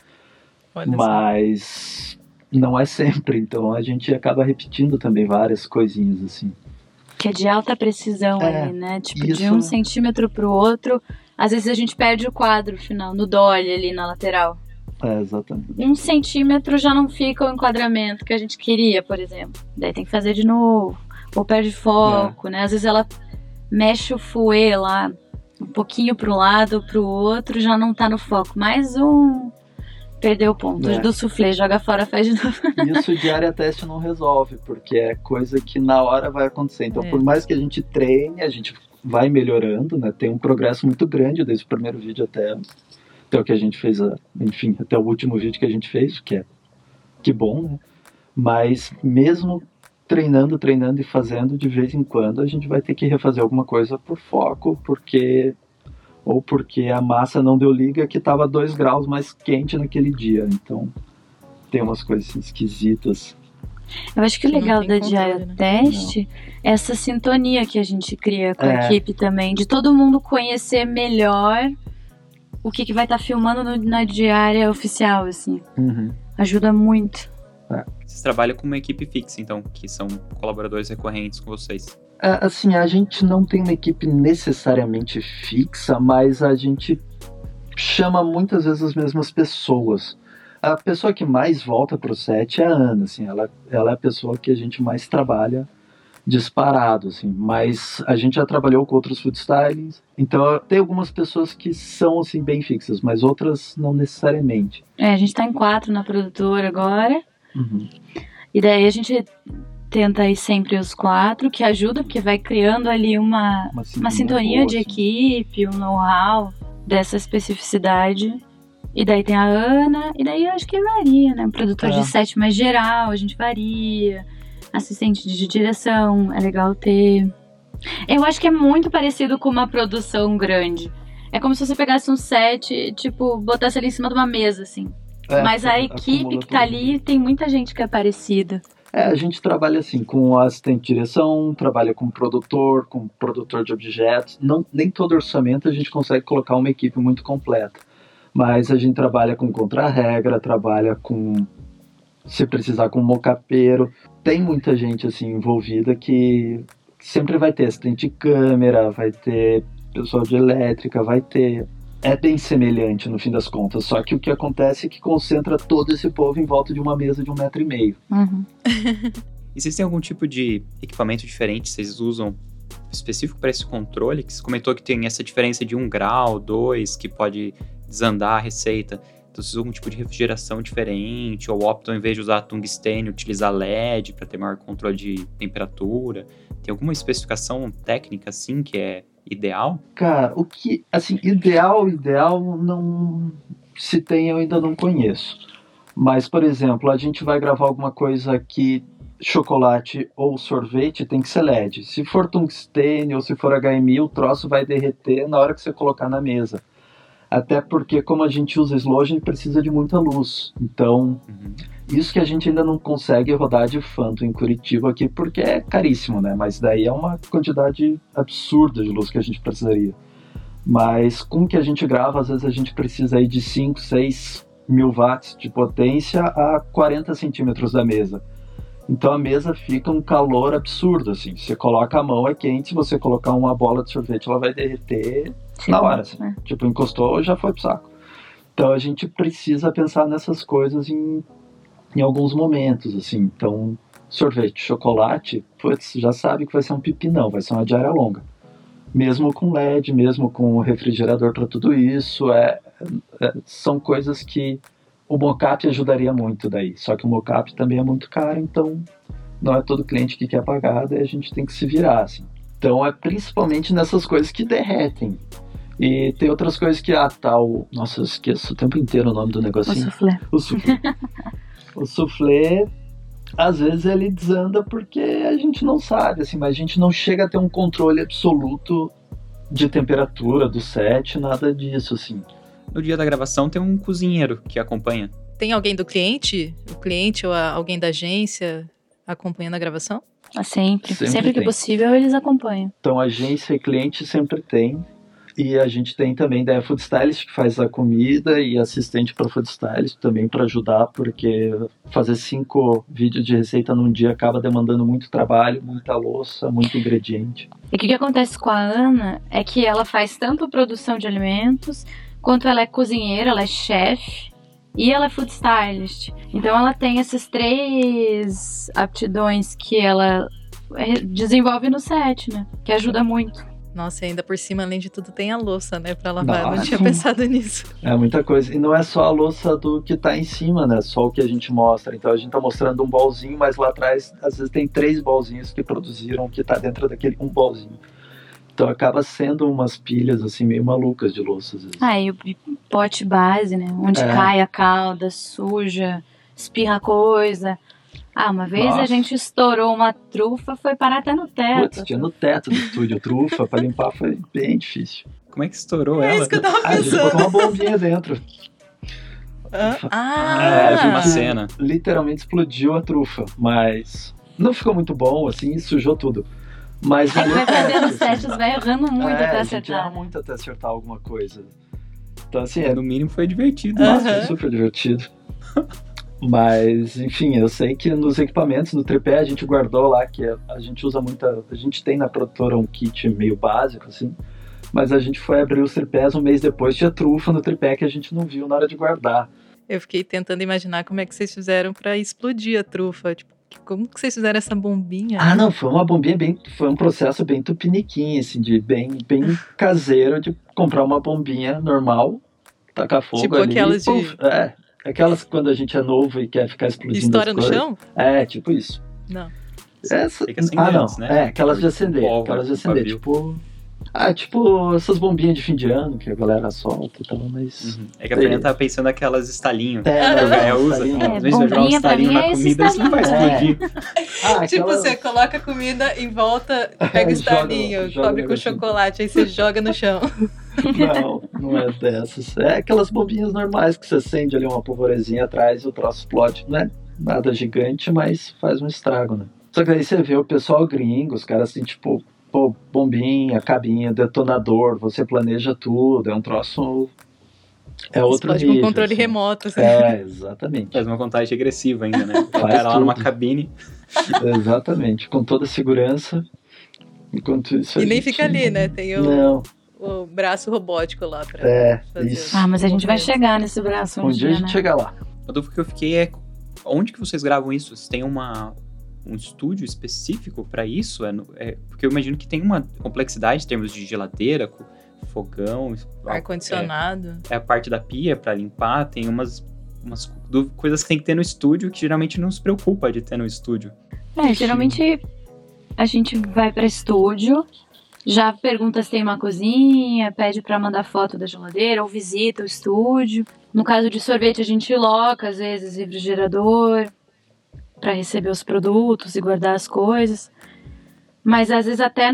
Mas não é sempre, então a gente acaba repetindo também várias coisinhas assim.
Que é de alta precisão ali, né? Tipo, de 1 centímetro pro outro, às vezes a gente perde o quadro final, no dolly ali na lateral.
Exatamente.
1 centímetro já não fica o enquadramento que a gente queria, por exemplo. Daí tem que fazer de novo, ou perde foco, né? Às vezes ela mexe o fouet lá, um pouquinho pro lado, pro outro, já não tá no foco. Mais perdeu o ponto. Do soufflé, joga fora, faz de novo.
Isso de área teste não resolve, porque é coisa que na hora vai acontecer. Então, por mais que a gente treine, a gente vai melhorando, né? Tem um progresso muito grande desde o primeiro vídeo até o que a gente fez, enfim, até o último vídeo que a gente fez, que bom, né? Mas mesmo treinando e fazendo, de vez em quando, a gente vai ter que refazer alguma coisa por foco, porque a massa não deu liga, que estava 2 graus mais quente naquele dia. Então, tem umas coisas assim, esquisitas.
Eu acho que o legal da diária teste é essa sintonia que a gente cria com a equipe também, de todo mundo conhecer melhor o que vai estar filmando na diária oficial, assim. Ajuda muito.
Vocês trabalham com uma equipe fixa, então, que são colaboradores recorrentes com vocês.
Assim, a gente não tem uma equipe necessariamente fixa, mas a gente chama muitas vezes as mesmas pessoas. A pessoa que mais volta pro set é a Ana, assim, ela é a pessoa que a gente mais trabalha disparado, assim, mas a gente já trabalhou com outros food stylings, então tem algumas pessoas que são, assim, bem fixas, mas outras não necessariamente.
A gente tá em 4 na produtora agora,
Uhum.
e daí a gente tenta ir sempre os 4, que ajuda, porque vai criando ali uma sintonia
boa,
de
assim.
equipe, um know-how dessa especificidade. E daí tem a Ana, e daí eu acho que varia, né? O produtor de set mais geral, a gente varia. Assistente de direção, é legal ter. Eu acho que é muito parecido com uma produção grande. É como se você pegasse um set, tipo, botasse ali em cima de uma mesa, assim. Mas a equipe que tá ali tem muita gente que é parecida.
A gente trabalha assim, com assistente de direção, trabalha com produtor de objetos. Nem todo orçamento a gente consegue colocar uma equipe muito completa. Mas a gente trabalha com contra-regra, trabalha com, se precisar, com mocapeiro. Tem muita gente assim envolvida que sempre vai ter assistente de câmera, vai ter pessoal de elétrica, vai ter... É bem semelhante no fim das contas, só que o que acontece é que concentra todo esse povo em volta de uma mesa de 1,5 metro.
Uhum.
E vocês têm algum tipo de equipamento diferente que vocês usam específico para esse controle? Que você comentou que tem essa diferença de 1 grau, 2, que pode desandar a receita. Então vocês usam algum tipo de refrigeração diferente, ou optam, em vez de usar tungstênio, utilizar LED para ter maior controle de temperatura? Tem alguma especificação técnica assim que é ideal?
Cara, o que, assim, ideal não se tem, eu ainda não conheço. Mas, por exemplo, a gente vai gravar alguma coisa que chocolate ou sorvete tem que ser LED. Se for tungstênio ou se for HMI, o troço vai derreter na hora que você colocar na mesa. Até porque, como a gente usa slow, a gente precisa de muita luz. Então, isso que a gente ainda não consegue rodar de Phantom em Curitiba aqui, porque é caríssimo, né? Mas daí é uma quantidade absurda de luz que a gente precisaria. Mas com o que a gente grava, às vezes a gente precisa aí de 5, 6 mil watts de potência a 40 centímetros da mesa. Então a mesa fica um calor absurdo, assim. Você coloca a mão, é quente, se você colocar uma bola de sorvete, ela vai derreter na hora, assim. Tipo, encostou, já foi pro saco. Então a gente precisa pensar nessas coisas em alguns momentos, assim. Então, sorvete, chocolate, putz, já sabe que vai ser um pipinão, vai ser uma diária longa. Mesmo com LED, mesmo com refrigerador para tudo isso, são coisas que o mockup ajudaria muito daí. Só que o mockup também é muito caro, então não é todo cliente que quer pagar, daí a gente tem que se virar, assim. Então é principalmente nessas coisas que derretem. E tem outras coisas que, nossa, eu esqueço o tempo inteiro o nome do negocinho.
O soufflé.
O soufflé, às vezes ele desanda porque a gente não sabe, assim, mas a gente não chega a ter um controle absoluto de temperatura do set, nada disso, assim.
No dia da gravação tem um cozinheiro que acompanha.
Tem alguém do cliente? O cliente ou alguém da agência acompanhando a gravação?
Sempre que possível eles acompanham.
Então agência e cliente sempre tem. E a gente tem também da Food Stylist que faz a comida e assistente para Food Stylist também para ajudar, porque fazer 5 vídeos de receita num dia acaba demandando muito trabalho, muita louça, muito ingrediente.
E o que acontece com a Ana é que ela faz tanto produção de alimentos, quanto ela é cozinheira, ela é chefe e ela é food stylist. Então ela tem essas 3 aptidões que ela desenvolve no set, né? Que ajuda muito.
Nossa, e ainda por cima, além de tudo, tem a louça, né, pra lavar.
Nossa.
Não tinha pensado nisso.
É muita coisa. E não é só a louça do que tá em cima, né? Só o que a gente mostra. Então a gente tá mostrando um bolzinho, mas lá atrás, às vezes tem 3 bolzinhos que produziram, que tá dentro daquele um bolzinho. Então acaba sendo umas pilhas, assim, meio malucas de louça, às vezes.
E o pote base, né? Onde cai a calda, suja, espirra coisa. Uma vez a gente estourou uma trufa, foi parar até no teto.
Putz, tinha no teto do estúdio trufa, pra limpar foi bem difícil.
Como é que estourou ela?
É isso que eu tava
A gente
pensando.
botou uma bombinha dentro.
Eu vi uma cena.
Literalmente explodiu a trufa, mas não ficou muito bom, assim, sujou tudo. Mas
Vai fazendo
assim,
sets, vai errando muito até
a gente erra
acertar.
muito até acertar alguma coisa. Então, assim,
No mínimo foi divertido.
nossa, foi super divertido. Mas, enfim, eu sei que nos equipamentos, no tripé, a gente guardou lá, que a gente usa muita... A gente tem na produtora um kit meio básico, assim, mas a gente foi abrir os tripés um mês depois, tinha trufa no tripé que a gente não viu na hora de guardar.
Eu fiquei tentando imaginar como é que vocês fizeram pra explodir a trufa. Tipo, como que vocês fizeram essa bombinha?
Ah, não, foi uma bombinha foi um processo bem tupiniquim, assim, de bem caseiro, de comprar uma bombinha normal, tacar fogo
tipo
ali.
Aquelas de...
Aquelas quando a gente é novo e quer ficar explodindo
Estoura
as
no
coisas.
chão?
É, tipo isso.
Não.
Fica acendendo,
não,
né?
aquelas de acender, tipo essas bombinhas de fim de ano que a galera solta e tal, mas...
É que a Fernanda tava pensando naquelas estalinhos que o
não,
Gaia usa.
estalinho.
Às vezes vai jogar um
bombinha pra
estalinho
mim
na
é esse
comida, isso não vai
estalinho.
explodir.
Tipo,
aquelas-
você coloca a comida em volta, pega o estalinho,
joga
cobre
o
com
negocinho.
chocolate, aí você joga no chão.
Não é dessas. É aquelas bombinhas normais que você acende ali uma polvorezinha atrás e o troço explode. Não é nada gigante, mas faz um estrago, né? Só que aí você vê o pessoal gringo, os caras assim, tipo, pô, bombinha, cabinha, detonador, você planeja tudo, é um troço... É outro
Explode
nível.
com controle
assim.
remoto. Assim.
Exatamente.
Faz uma contagem regressiva ainda, né? O
Faz
cara lá numa
tudo.
cabine.
Exatamente, com toda a segurança. Enquanto isso
E
a
nem
gente-
fica ali, né? Tem
Não,
o braço robótico lá pra fazer
isso.
Ah, mas a gente vai
movimento.
chegar nesse braço
Um dia a gente
né?
chega lá.
A dúvida que eu fiquei é onde que vocês gravam isso? Vocês têm um estúdio específico para isso? Porque eu imagino que tem uma complexidade em termos de geladeira, fogão,
Ar-condicionado.
é a parte da pia para limpar, tem umas coisas que tem que ter no estúdio que geralmente não se preocupa de ter no estúdio.
Geralmente a gente vai pra estúdio, já pergunta se tem uma cozinha, pede pra mandar foto da geladeira ou visita o estúdio. No caso de sorvete, a gente loca, às vezes, refrigerador pra receber os produtos e guardar as coisas. Mas às vezes até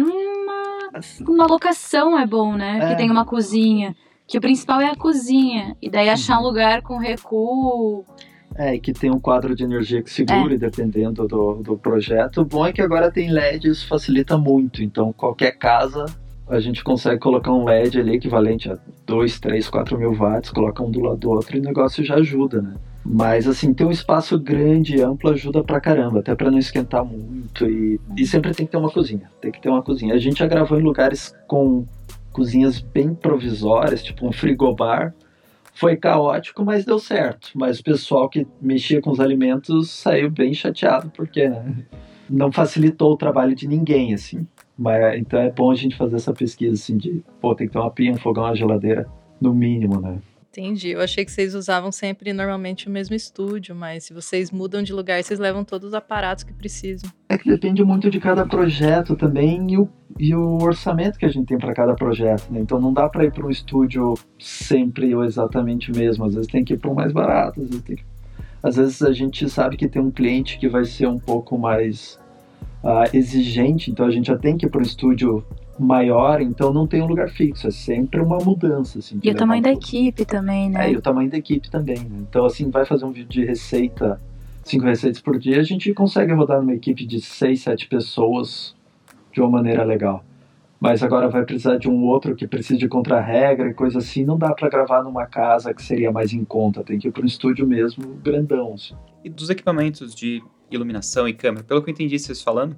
numa locação é bom, né? Que tem uma cozinha. Que o principal é a cozinha. E daí achar um lugar com recuo.
E que tem um quadro de energia que segure, dependendo do projeto. O bom é que agora tem LED, isso facilita muito. Então, qualquer casa, a gente consegue colocar um LED ali equivalente a 2, 3, 4 mil watts, coloca um do lado do outro e o negócio já ajuda, né? Mas, assim, ter um espaço grande e amplo ajuda pra caramba, até pra não esquentar muito. E sempre tem que ter uma cozinha. Tem que ter uma cozinha. A gente já gravou em lugares com cozinhas bem provisórias, tipo um frigobar. Foi caótico, mas deu certo. Mas o pessoal que mexia com os alimentos saiu bem chateado, porque não facilitou o trabalho de ninguém, assim. Mas, então é bom a gente fazer essa pesquisa, assim, de, tem que ter uma pia, um fogão, uma geladeira, no mínimo, né?
Entendi. Eu achei que vocês usavam sempre, normalmente, o mesmo estúdio, mas se vocês mudam de lugar, vocês levam todos os aparatos que precisam.
É que depende muito de cada projeto também e o orçamento que a gente tem para cada projeto, né? Então não dá para ir para um estúdio sempre ou exatamente o mesmo. Às vezes tem que ir para um mais barato, às vezes a gente sabe que tem um cliente que vai ser um pouco mais exigente, então a gente já tem que ir para um estúdio maior, então não tem um lugar fixo, é sempre uma mudança. Assim,
E o tamanho da equipe também, né?
E o tamanho da equipe também, né? Então, assim, vai fazer um vídeo de receita, 5 receitas por dia, a gente consegue rodar numa equipe de 6, 7 pessoas de uma maneira legal. Mas agora vai precisar de um outro que precisa de contra-regra e coisa assim, não dá para gravar numa casa que seria mais em conta, tem que ir para um estúdio mesmo, grandão. Assim.
E dos equipamentos de iluminação e câmera, pelo que eu entendi vocês falando,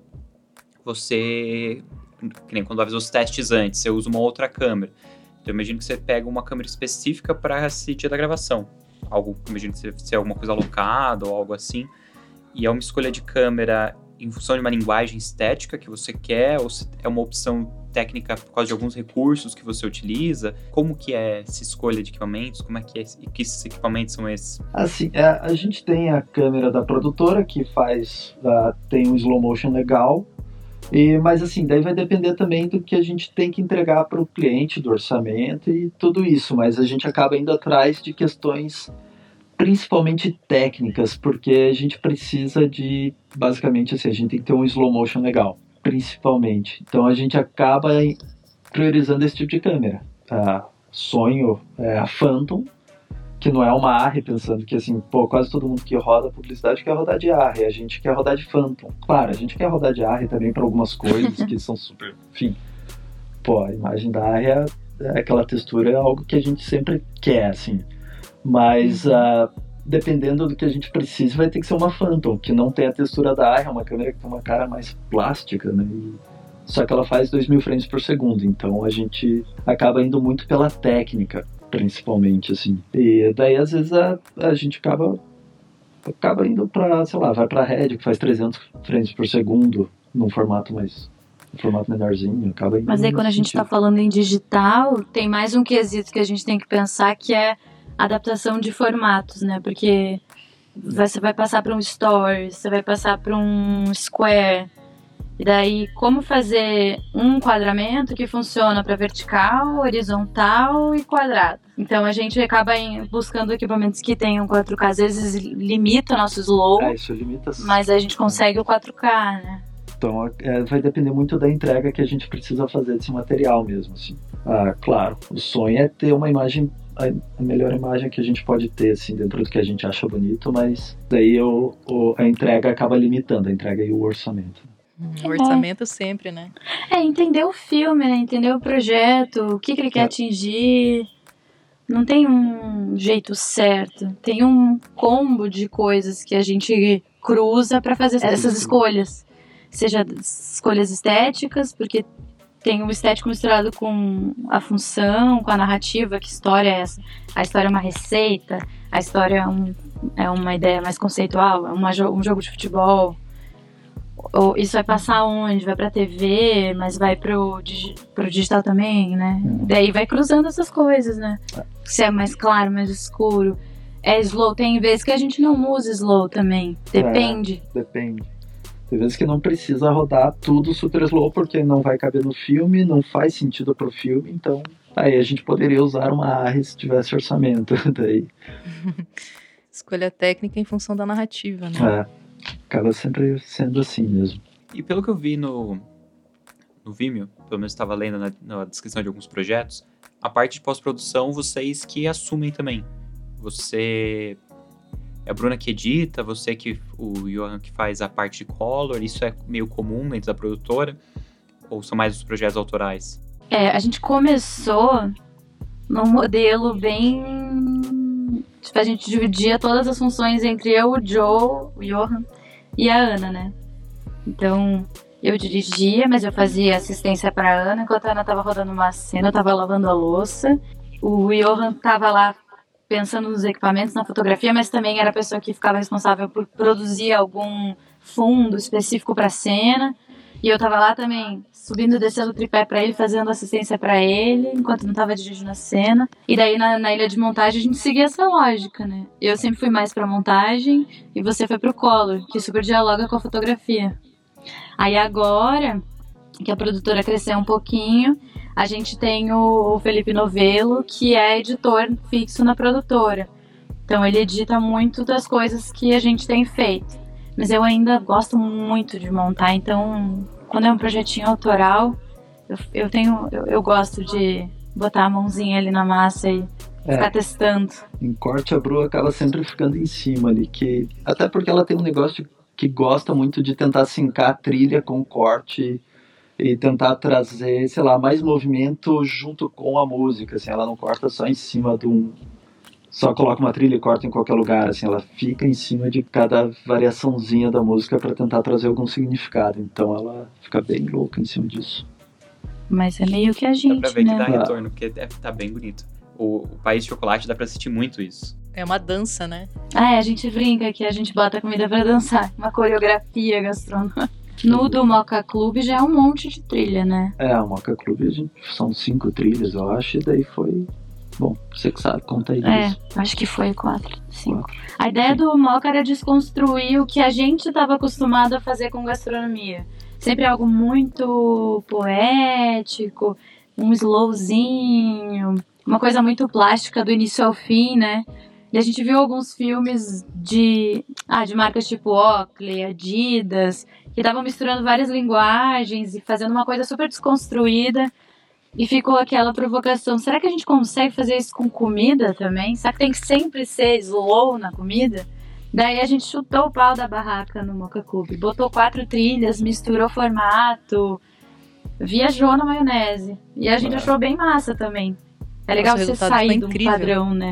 você... que nem quando vai fazer os testes antes, você usa uma outra câmera. Então eu imagino que você pega uma câmera específica para esse dia da gravação. Algo que eu imagino que seja alguma coisa alocada ou algo assim. E é uma escolha de câmera em função de uma linguagem estética que você quer, ou se é uma opção técnica por causa de alguns recursos que você utiliza? Como que é essa escolha de equipamentos? Como é que que esses equipamentos são esses?
Assim, a gente tem a câmera da produtora que tem um slow motion legal. Mas assim, daí vai depender também do que a gente tem que entregar para o cliente, do orçamento e tudo isso, mas a gente acaba indo atrás de questões principalmente técnicas, porque a gente precisa de, basicamente assim, a gente tem que ter um slow motion legal, principalmente. Então a gente acaba priorizando esse tipo de câmera. Sonho é a Phantom, que não é uma ARRI, pensando que assim, quase todo mundo que roda publicidade quer rodar de ARRI, a gente quer rodar de Phantom. Claro, a gente quer rodar de ARRI também para algumas coisas que são super... Enfim, a imagem da ARRI aquela textura é algo que a gente sempre quer, assim. Mas dependendo do que a gente precisa, vai ter que ser uma Phantom, que não tem a textura da Aya, é uma câmera que tem uma cara mais plástica, né? Só que ela faz 2000 frames por segundo, então a gente acaba indo muito pela técnica, principalmente, assim. E daí, às vezes, a gente acaba indo pra, sei lá, vai pra Red, que faz 300 frames por segundo, num formato menorzinho, acaba indo.
Mas aí quando a gente tá falando em digital, tem mais um quesito que a gente tem que pensar, que é adaptação de formatos, né? Porque você vai passar para um Stories, você vai passar para um Square, e daí como fazer um enquadramento que funciona para vertical, horizontal e quadrado. Então a gente acaba buscando equipamentos que tenham 4K, às vezes limita o nosso slow,
isso limita,
mas a gente consegue o 4K, né?
Então vai depender muito da entrega que a gente precisa fazer desse material mesmo, assim. Claro, o sonho é ter uma imagem, a melhor imagem que a gente pode ter, assim, dentro do que a gente acha bonito, mas daí a entrega acaba limitando a entrega e o orçamento.
O orçamento sempre, né?
Entender o filme, né? Entender o projeto, o que ele quer atingir. Não tem um jeito certo. Tem um combo de coisas que a gente cruza para fazer essas escolhas. Seja escolhas estéticas, porque tem o estético misturado com a função, com a narrativa. Que história é essa? A história é uma receita, a história é uma ideia mais conceitual, é um jogo de futebol. Ou isso vai passar onde? Vai pra TV, mas vai pro digital também, né? Daí vai cruzando essas coisas, né? Se é mais claro, mais escuro. É slow, tem vezes que a gente não usa slow também. Depende.
Depende. Tem vezes que não precisa rodar tudo super slow, porque não vai caber no filme, não faz sentido pro filme, então aí a gente poderia usar uma ARRI se tivesse orçamento. Daí.
Escolha técnica em função da narrativa, né?
Acaba sempre sendo assim mesmo.
E pelo que eu vi no Vimeo, pelo menos estava lendo na descrição de alguns projetos, a parte de pós-produção vocês que assumem também. Você é a Bruna que edita, o Johan que faz a parte de color, isso é meio comum dentro da produtora? Ou são mais os projetos autorais?
A gente começou num modelo bem... a gente dividia todas as funções entre eu, o Joe, o Johan e a Ana, né? Então, eu dirigia, mas eu fazia assistência pra Ana, enquanto a Ana tava rodando uma cena, eu tava lavando a louça. O Johan tava lá pensando nos equipamentos, na fotografia, mas também era a pessoa que ficava responsável por produzir algum fundo específico pra cena. E eu tava lá também, subindo e descendo o tripé pra ele, fazendo assistência pra ele, enquanto não tava dirigindo a cena. E daí na ilha de montagem a gente seguia essa lógica, né? Eu sempre fui mais pra montagem e você foi pro color, que super dialoga com a fotografia. Aí agora, que a produtora cresceu um pouquinho, a gente tem o Felipe Novello, que é editor fixo na produtora. Então ele edita muito das coisas que a gente tem feito. Mas eu ainda gosto muito de montar, então quando é um projetinho autoral, eu gosto de botar a mãozinha ali na massa e ficar testando.
Em corte a Bru acaba sempre ficando em cima ali, até porque ela tem um negócio que gosta muito de tentar sincar a trilha com o corte e tentar trazer, sei lá, mais movimento junto com a música, assim, ela não corta só em cima só coloca uma trilha e corta em qualquer lugar, assim, ela fica em cima de cada variaçãozinha da música para tentar trazer algum significado, então ela fica bem louca em cima disso.
Mas é meio que a gente,
dá pra ver,
né?
que dá retorno, porque tá bem bonito. O País de Chocolate dá pra assistir muito isso.
É uma dança, né?
A gente brinca que a gente bota a comida pra dançar, uma coreografia gastronômica. No do Mocha Club já é um monte de trilha, né?
O Mocha Club são 5 trilhas, eu acho, e daí foi... Bom, você que sabe, conta aí isso.
Acho que foi 4, 5. A ideia do Mocha era desconstruir o que a gente estava acostumado a fazer com gastronomia. Sempre algo muito poético, um slowzinho, uma coisa muito plástica do início ao fim, né? E a gente viu alguns filmes de marcas tipo Oakley, Adidas, que estavam misturando várias linguagens e fazendo uma coisa super desconstruída. E ficou aquela provocação, será que a gente consegue fazer isso com comida também? Será que tem que sempre ser slow na comida? Daí a gente chutou o pau da barraca no Mocha Club, botou 4 trilhas, misturou formato, viajou na maionese. E a gente achou bem massa também. É legal você sair de um padrão, né?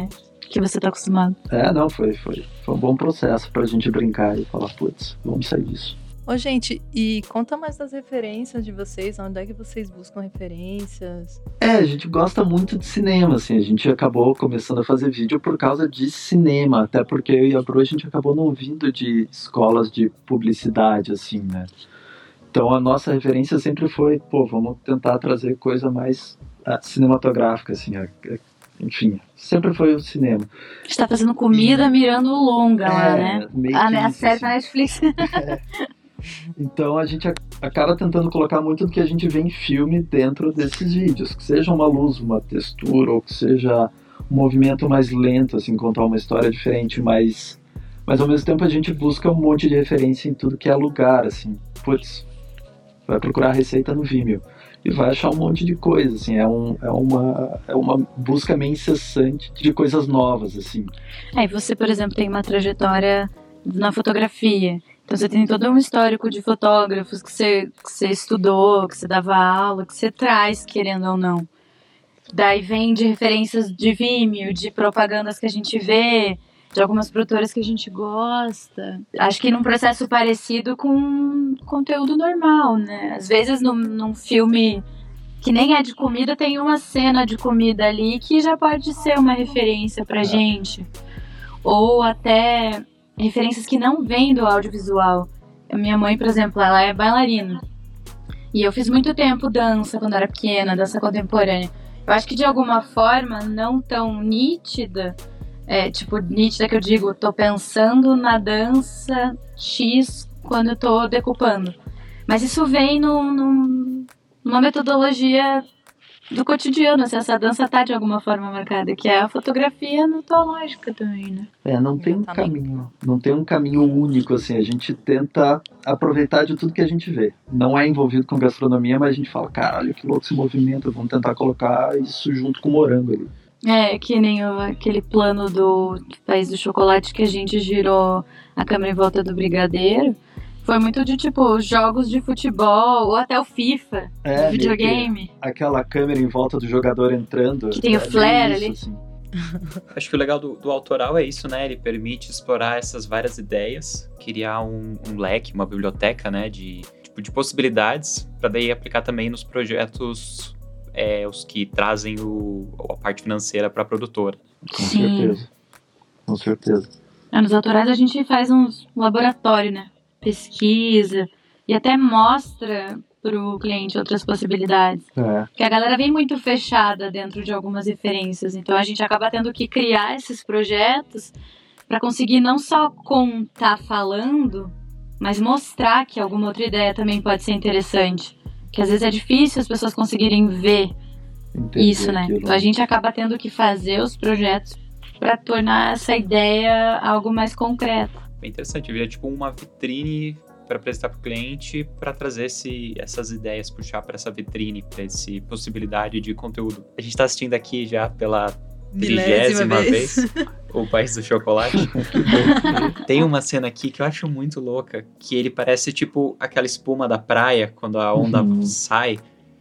que você tá acostumado.
Não, foi um bom processo pra gente brincar e falar, putz, vamos sair disso.
Ô, gente, e conta mais das referências de vocês, onde é que vocês buscam referências?
A gente gosta muito de cinema, assim, a gente acabou começando a fazer vídeo por causa de cinema, até porque eu e a Bru, a gente acabou não vindo de escolas de publicidade, assim, né? Então a nossa referência sempre foi, vamos tentar trazer coisa mais cinematográfica, assim, enfim, sempre foi o cinema.
A gente tá fazendo comida mirando o longa lá, né? A série da Netflix.
Então a gente acaba tentando colocar muito do que a gente vê em filme dentro desses vídeos, que seja uma luz, uma textura, ou que seja um movimento mais lento, assim, contar uma história diferente, mas ao mesmo tempo a gente busca um monte de referência em tudo que é lugar, assim, vai procurar receita no Vimeo e vai achar um monte de coisa, assim, é uma busca meio incessante de coisas novas, assim.
E você, por exemplo, tem uma trajetória na fotografia. Então você tem todo um histórico de fotógrafos que você estudou, que você dava aula, que você traz, querendo ou não. Daí vem de referências de Vimeo, de propagandas que a gente vê, de algumas produtoras que a gente gosta. Acho que num processo parecido com conteúdo normal, né? Às vezes num filme que nem é de comida, tem uma cena de comida ali que já pode ser uma referência pra gente. Ou até referências que não vêm do audiovisual. A minha mãe, por exemplo, ela é bailarina. E eu fiz muito tempo dança quando era pequena, dança contemporânea. Eu acho que de alguma forma, não tão nítida, nítida que eu digo, tô pensando na dança X quando eu tô decupando. Mas isso vem numa metodologia do cotidiano, assim, essa dança tá de alguma forma marcada, que é a fotografia notológica também, né?
Não tem um caminho único, assim, a gente tenta aproveitar de tudo que a gente vê. Não é envolvido com gastronomia, mas a gente fala, caralho, que louco esse movimento, vamos tentar colocar isso junto com o morango ali.
Que nem aquele plano do País do Chocolate que a gente girou a câmera em volta do brigadeiro. Foi muito de, jogos de futebol, ou até o FIFA, de videogame.
Aquela câmera em volta do jogador entrando.
Que tem o flare ali.
Assim.
Acho que o legal do autoral é isso, né? Ele permite explorar essas várias ideias, criar um leque, uma biblioteca, né? De possibilidades, para daí aplicar também nos projetos, os que trazem a parte financeira para a produtora.
Com certeza.
Nos autorais a gente faz um laboratório, né? Pesquisa e até mostra pro cliente outras possibilidades. Porque a galera vem muito fechada dentro de algumas referências, então a gente acaba tendo que criar esses projetos para conseguir não só contar falando, mas mostrar que alguma outra ideia também pode ser interessante. Que às vezes é difícil as pessoas conseguirem ver isso, né? Então a gente acaba tendo que fazer os projetos para tornar essa ideia algo mais concreto.
Bem interessante, vira uma vitrine para apresentar para o cliente, para trazer essas ideias, puxar para essa vitrine, para essa possibilidade de conteúdo. A gente está assistindo aqui já pela 30ª vez o País do Chocolate. Tem uma cena aqui que eu acho muito louca, que ele parece aquela espuma da praia, quando a onda sai.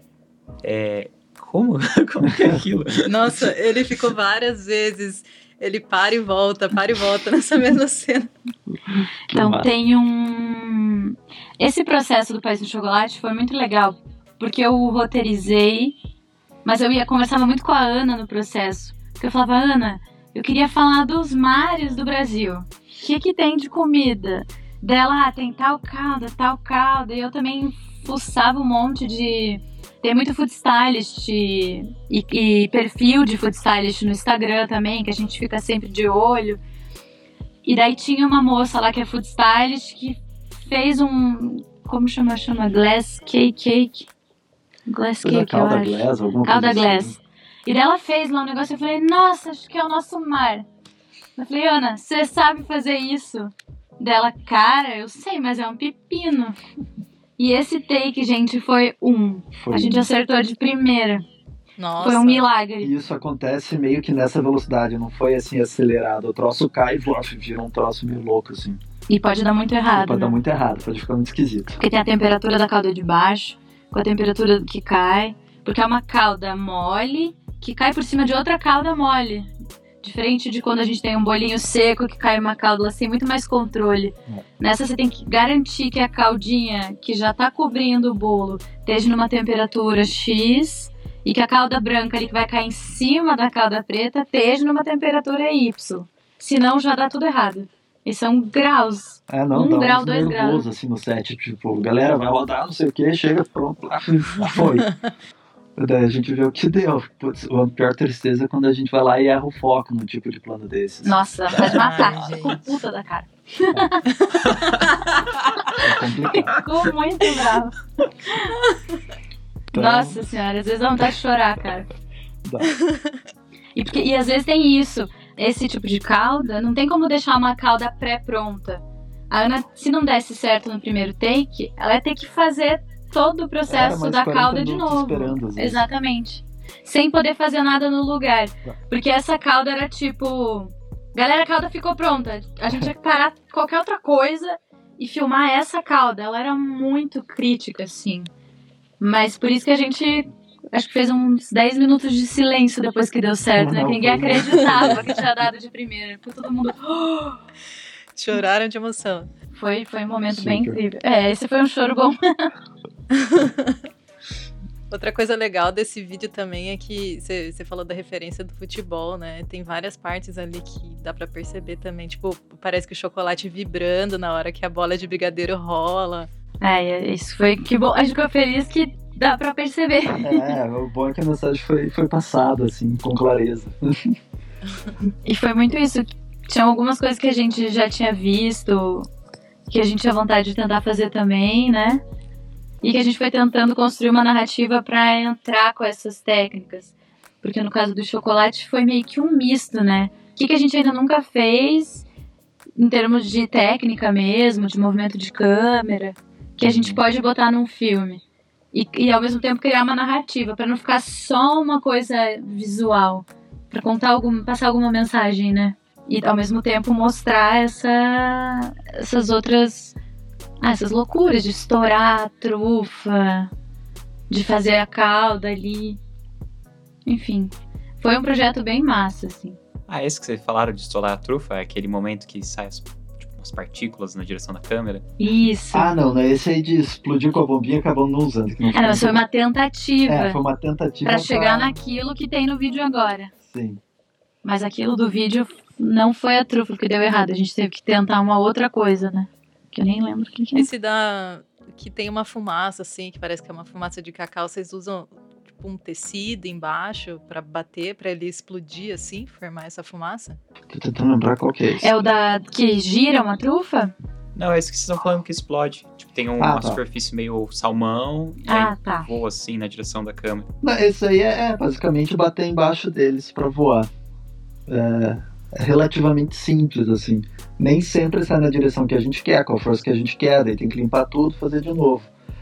Como? Como que é aquilo?
Nossa, ele ficou várias vezes... Ele para e volta nessa mesma cena.
Então tem Esse processo do País do Chocolate foi muito legal, porque eu roteirizei, mas eu conversava muito com a Ana no processo. Porque eu falava, Ana, eu queria falar dos mares do Brasil. O que tem de comida? Dela, tem tal caldo. E eu também fuçava um monte de... Tem muito food stylist e perfil de food stylist no Instagram também, que a gente fica sempre de olho. E daí tinha uma moça lá que é food stylist que fez como chama? Glass cake. Glass cake, eu acho.
Glass,
Calda Glass. E daí ela fez lá um negócio e eu falei, nossa, acho que é o nosso mar. Eu falei, Ana, você sabe fazer isso? Dela, cara, eu sei, mas é um pepino. E esse take, gente, foi a gente acertou de primeira.
Nossa.
Foi um milagre.
E isso acontece meio que nessa velocidade, não foi assim acelerado. O troço cai e vira um troço meio louco, assim.
E pode dar muito errado.
Pode dar muito errado, pode ficar muito esquisito.
Porque tem a temperatura da calda de baixo, com a temperatura que cai. Porque é uma calda mole que cai por cima de outra calda mole. Diferente de quando a gente tem um bolinho seco que cai uma calda, assim, muito mais controle. Nessa você tem que garantir que a caldinha que já tá cobrindo o bolo esteja numa temperatura X e que a calda branca ali que vai cair em cima da calda preta esteja numa temperatura Y. Senão já dá tudo errado. E são graus.
Não, dá
grau,
uns
2
nervoso,
graus.
assim, no set. Tipo, galera, vai rodar, não sei o que, chega, pronto, lá foi. Daí a gente vê o que deu. Putz, a pior tristeza é quando a gente vai lá e erra o foco num tipo de plano desses.
Nossa, dá de matar.
Ai,
Ficou
gente.
puta da cara.
É complicado.
Ficou muito bravo.
Então,
Nossa senhora, às vezes dá vontade de chorar, cara.
dá.
E às vezes tem isso. Esse tipo de calda, não tem como deixar uma calda pré-pronta. A Ana, se não desse certo no primeiro take, ela ia ter que fazer todo o processo
mais
da
40
calda de
minutos
novo.
esperando, às vezes.
Exatamente. Sem poder fazer nada no lugar. Porque essa calda era tipo... Galera, a calda ficou pronta. A gente tinha que parar qualquer outra coisa e filmar essa calda. Ela era muito crítica, assim. Mas por isso que a gente... Acho que fez uns 10 minutos de silêncio depois que deu certo, né?
Não,
Ninguém
foi bom.
acreditava que tinha dado de primeira. Ficou todo mundo...
Choraram de emoção.
Foi um momento
Super.
bem incrível. Esse foi um choro bom.
Outra coisa legal desse vídeo também é que você falou da referência do futebol, né? Tem várias partes ali que dá pra perceber também. Tipo, parece que o chocolate vibrando na hora que a bola de brigadeiro rola.
Isso foi que bom. Acho que eu feliz que dá pra perceber.
O bom é que a mensagem foi passada, assim, com clareza.
E foi muito isso. Tinha algumas coisas que a gente já tinha visto, que a gente tinha vontade de tentar fazer também, né? E que a gente foi tentando construir uma narrativa pra entrar com essas técnicas. Porque no caso do chocolate foi meio que um misto, né? O que a gente ainda nunca fez em termos de técnica mesmo, de movimento de câmera, que a gente pode botar num filme. E ao mesmo tempo criar uma narrativa, pra não ficar só uma coisa visual. Pra passar alguma mensagem, né? E ao mesmo tempo mostrar essas outras... essas loucuras de estourar a trufa, de fazer a calda ali. Enfim, foi um projeto bem massa, assim.
Esse que vocês falaram de estourar a trufa, é aquele momento que sai umas partículas na direção da câmera.
Isso.
Não, né? Esse aí de explodir com a bombinha acabou não usando. Que não
Não, mas foi uma tentativa
foi uma tentativa
pra chegar naquilo que tem no vídeo agora.
Sim.
Mas aquilo do vídeo não foi a trufa que deu errado. A gente teve que tentar uma outra coisa, né? Que eu nem lembro o que é.
Esse que tem uma fumaça, assim, que parece que é uma fumaça de cacau. Vocês usam, tipo, um tecido embaixo pra bater, pra ele explodir, assim, formar essa fumaça?
Tô tentando lembrar qual que é esse.
É o que gira uma trufa?
Não, é esse que vocês estão falando que explode. Tipo, tem uma
tá.
superfície meio salmão e aí
Tá.
voa assim na direção da câmera.
Não, esse aí é basicamente bater embaixo deles pra voar. É relativamente simples, assim. Nem sempre sai na direção que a gente quer, com a força que a gente quer, daí tem que limpar tudo e fazer de novo.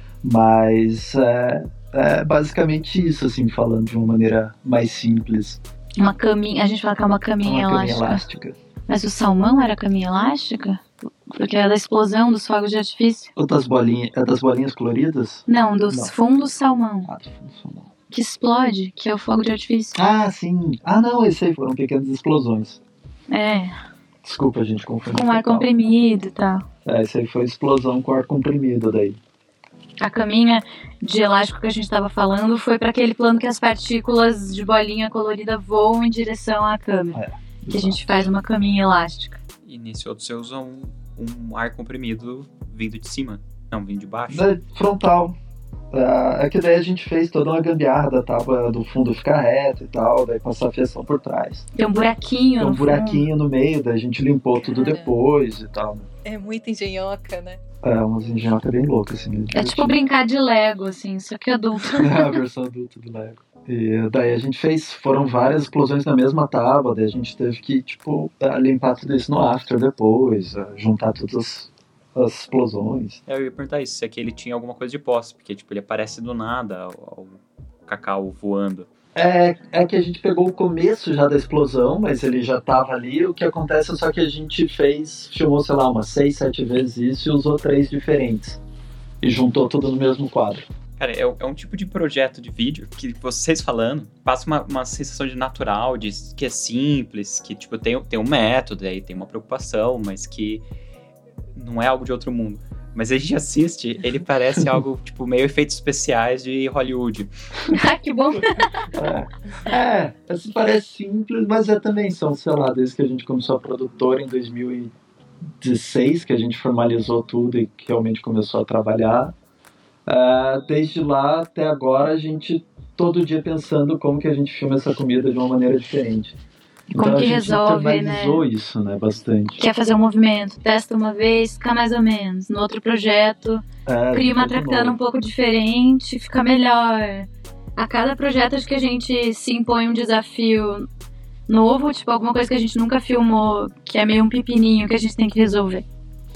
Mas é basicamente isso, assim, falando de uma maneira mais simples.
Uma caminha. A gente fala que é uma caminha elástica. Mas o salmão era caminha elástica? Porque é da explosão dos fogos de artifício?
Ou das bolinhas coloridas?
Não, dos
Não.
fundos salmão.
Do fundo salmão.
Que explode, que é o fogo de artifício.
Sim. Não, esse aí foram pequenas explosões. Desculpa, a gente confundiu.
Com ar comprimido e tal.
Esse aí foi explosão com ar comprimido daí.
A caminha de elástico que a gente estava falando foi para aquele plano que as partículas de bolinha colorida voam em direção à câmera. Que a gente faz uma caminha elástica.
E nesse outro você usa um ar comprimido vindo de cima, não, vindo de baixo.
Frontal. É que daí a gente fez toda uma gambiarra da tábua do fundo ficar reto e tal, daí passar a fiação por trás.
Tem um buraquinho
Tem um
no
buraquinho no meio, daí a gente limpou tudo
Cara.
depois e tal.
É muito engenhoca, né?
Umas engenhocas bem loucas, assim.
É tipo brincar de Lego, assim, só que adulto.
A versão adulta do Lego. E daí a gente foram várias explosões na mesma tábua, daí a gente teve que, limpar tudo isso no after depois, juntar todas as explosões.
Eu ia perguntar isso, se aquele tinha alguma coisa de pós, porque ele aparece do nada, o cacau voando.
É que a gente pegou o começo já da explosão, mas ele já tava ali. O que acontece é só que a gente filmou, umas 6, 7 vezes isso e usou 3 diferentes. E juntou tudo no mesmo quadro.
Cara, é um tipo de projeto de vídeo que vocês falando passa uma sensação de natural, de que é simples, que tipo, tem um método, aí tem uma preocupação, mas que não é algo de outro mundo. Mas a gente assiste, ele parece algo, tipo, meio efeitos especiais de Hollywood.
Ah, que bom.
Assim, parece simples, mas também são, sei lá, desde que a gente começou a produtora em 2016, que a gente formalizou tudo e que realmente começou a trabalhar. Desde lá até agora, a gente todo dia pensando como que a gente filma essa comida de uma maneira diferente.
Como
então,
que
a gente
resolve,
internalizou isso, né, bastante.
Quer fazer um movimento, testa uma vez, fica mais ou menos. No outro projeto, cria uma tractana um pouco diferente, fica melhor. A cada projeto acho que a gente se impõe um desafio novo, tipo alguma coisa que a gente nunca filmou, que é meio um pepininho que a gente tem que resolver.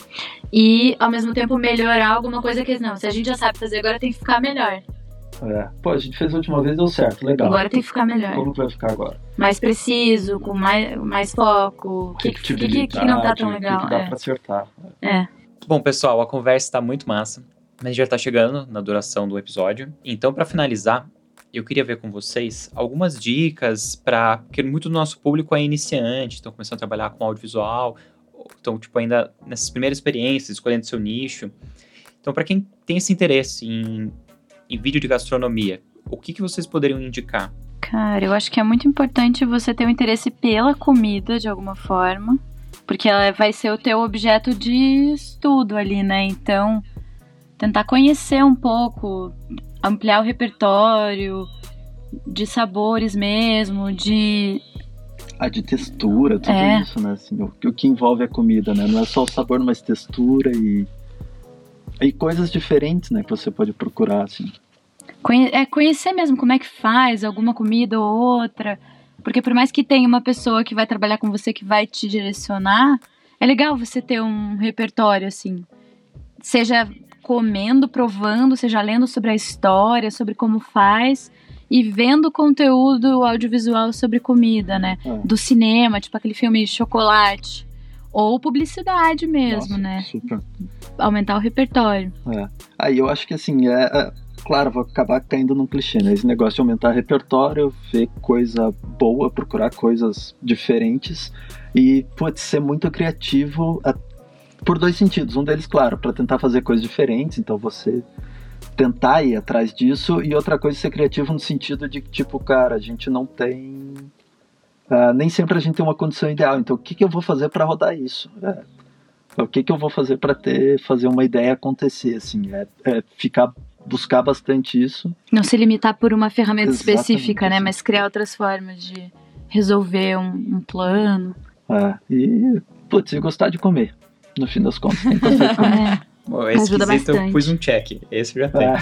E, ao mesmo tempo, melhorar alguma coisa que, não, se a gente já sabe fazer, agora tem que ficar melhor.
Pô, a gente fez a última vez, deu certo, legal.
Agora tem que ficar melhor.
Como que vai ficar agora?
Mais preciso, com mais foco. O que não tá tão legal?
O que dá pra acertar.
Bom, pessoal, a conversa tá muito massa, mas já tá chegando na duração do episódio. Então, pra finalizar, eu queria ver com vocês algumas dicas porque muito do nosso público é iniciante, estão começando a trabalhar com audiovisual, estão, tipo, ainda nessas primeiras experiências, escolhendo seu nicho. Então, pra quem tem esse interesse em vídeo de gastronomia, o que vocês poderiam indicar?
Cara, eu acho que é muito importante você ter um interesse pela comida, de alguma forma, porque ela vai ser o teu objeto de estudo ali, né? Então, tentar conhecer um pouco, ampliar o repertório de sabores mesmo, de
textura, tudo isso, né? Assim, o que envolve a comida, né? Não é só o sabor, mas textura e coisas diferentes, né? Que você pode procurar, assim.
Conhecer mesmo como é que faz alguma comida ou outra. Porque por mais que tenha uma pessoa que vai trabalhar com você, que vai te direcionar, é legal você ter um repertório, assim. Seja comendo, provando, seja lendo sobre a história, sobre como faz, e vendo conteúdo audiovisual sobre comida, né? Do cinema, tipo aquele filme Chocolate. Ou publicidade mesmo, né?
Super.
Aumentar o repertório.
Aí eu acho que assim, claro, vou acabar caindo num clichê, né? Esse negócio de aumentar repertório, ver coisa boa, procurar coisas diferentes e, ser muito criativo por dois sentidos. Um deles, claro, para tentar fazer coisas diferentes, então você tentar ir atrás disso, e outra coisa, ser criativo no sentido de que, tipo, cara, a gente não tem... nem sempre a gente tem uma condição ideal, então o que eu vou fazer para rodar isso? O que eu vou fazer para fazer uma ideia acontecer, assim, buscar bastante isso.
Não se limitar por uma ferramenta
Exatamente,
específica, né?
assim.
Mas criar outras formas de resolver um plano.
E gostar de comer, no fim das contas, tem que gostar de comer.
Bom, esse
ajuda
quesito
bastante.
Eu pus um check, esse já tem.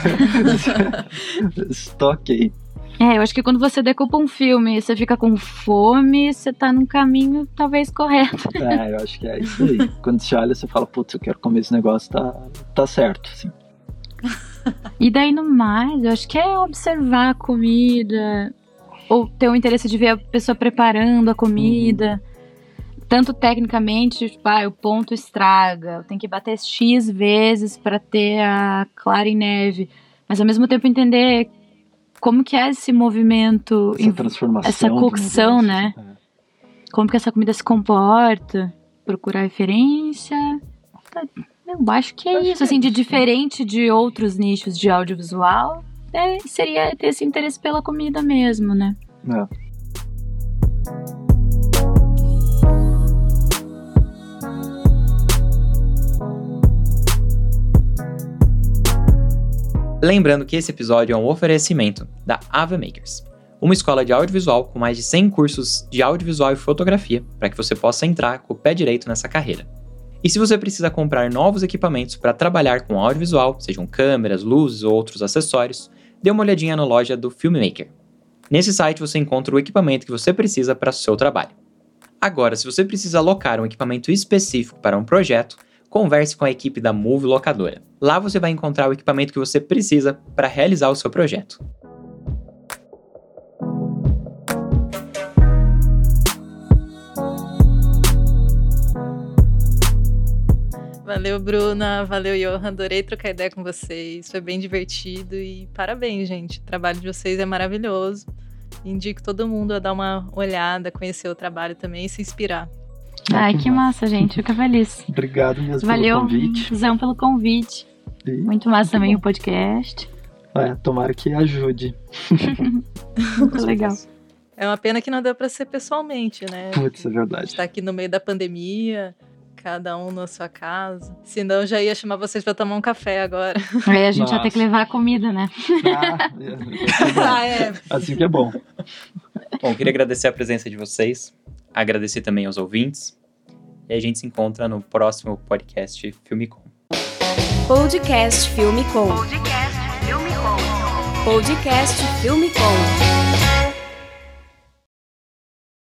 Estou ok.
Eu acho que quando você decupa um filme e você fica com fome, você tá num caminho talvez correto.
Eu acho que é isso aí. Quando você olha, você fala, putz, eu quero comer esse negócio, tá certo, assim.
E daí no mais, eu acho que é observar a comida, ou ter o interesse de ver a pessoa preparando a comida, tanto tecnicamente, tipo, o ponto estraga, tem que bater X vezes pra ter a clara em neve, mas ao mesmo tempo entender como que é esse movimento,
essa transformação,
essa cocção, né? Como que essa comida se comporta, procurar referência. Eu acho que é isso, assim, de diferente de outros nichos de audiovisual, seria ter esse interesse pela comida mesmo, né?
Lembrando que esse episódio é um oferecimento da Ava Makers, uma escola de audiovisual com mais de 100 cursos de audiovisual e fotografia para que você possa entrar com o pé direito nessa carreira. E se você precisa comprar novos equipamentos para trabalhar com audiovisual, sejam câmeras, luzes ou outros acessórios, dê uma olhadinha na loja do Filmmaker. Nesse site você encontra o equipamento que você precisa para o seu trabalho. Agora, se você precisa alocar um equipamento específico para um projeto, converse com a equipe da Move Locadora. Lá você vai encontrar o equipamento que você precisa para realizar o seu projeto.
Valeu, Bruna. Valeu, Johan. Adorei trocar ideia com vocês. Foi bem divertido e parabéns, gente. O trabalho de vocês é maravilhoso. Indico todo mundo a dar uma olhada, conhecer o trabalho também e se inspirar.
Ai, que massa, gente. Fico feliz.
Obrigado mesmo
Valeu,
pelo convite.
Valeu pelo convite.
E
Muito massa também o podcast.
tomara que ajude.
Muito legal.
É uma pena que não deu pra ser pessoalmente, né?
Putz, é
A
verdade.
gente tá aqui no meio da pandemia, cada um na sua casa. Senão eu já ia chamar vocês pra tomar um café agora.
Aí a gente vai ter
Nossa.
que levar a comida, né?
É.
Assim que é bom.
Bom, queria agradecer a presença de vocês, agradecer também aos ouvintes, e a gente se encontra no próximo podcast Filme Com.
Podcast Filme Com. Podcast Filme Com.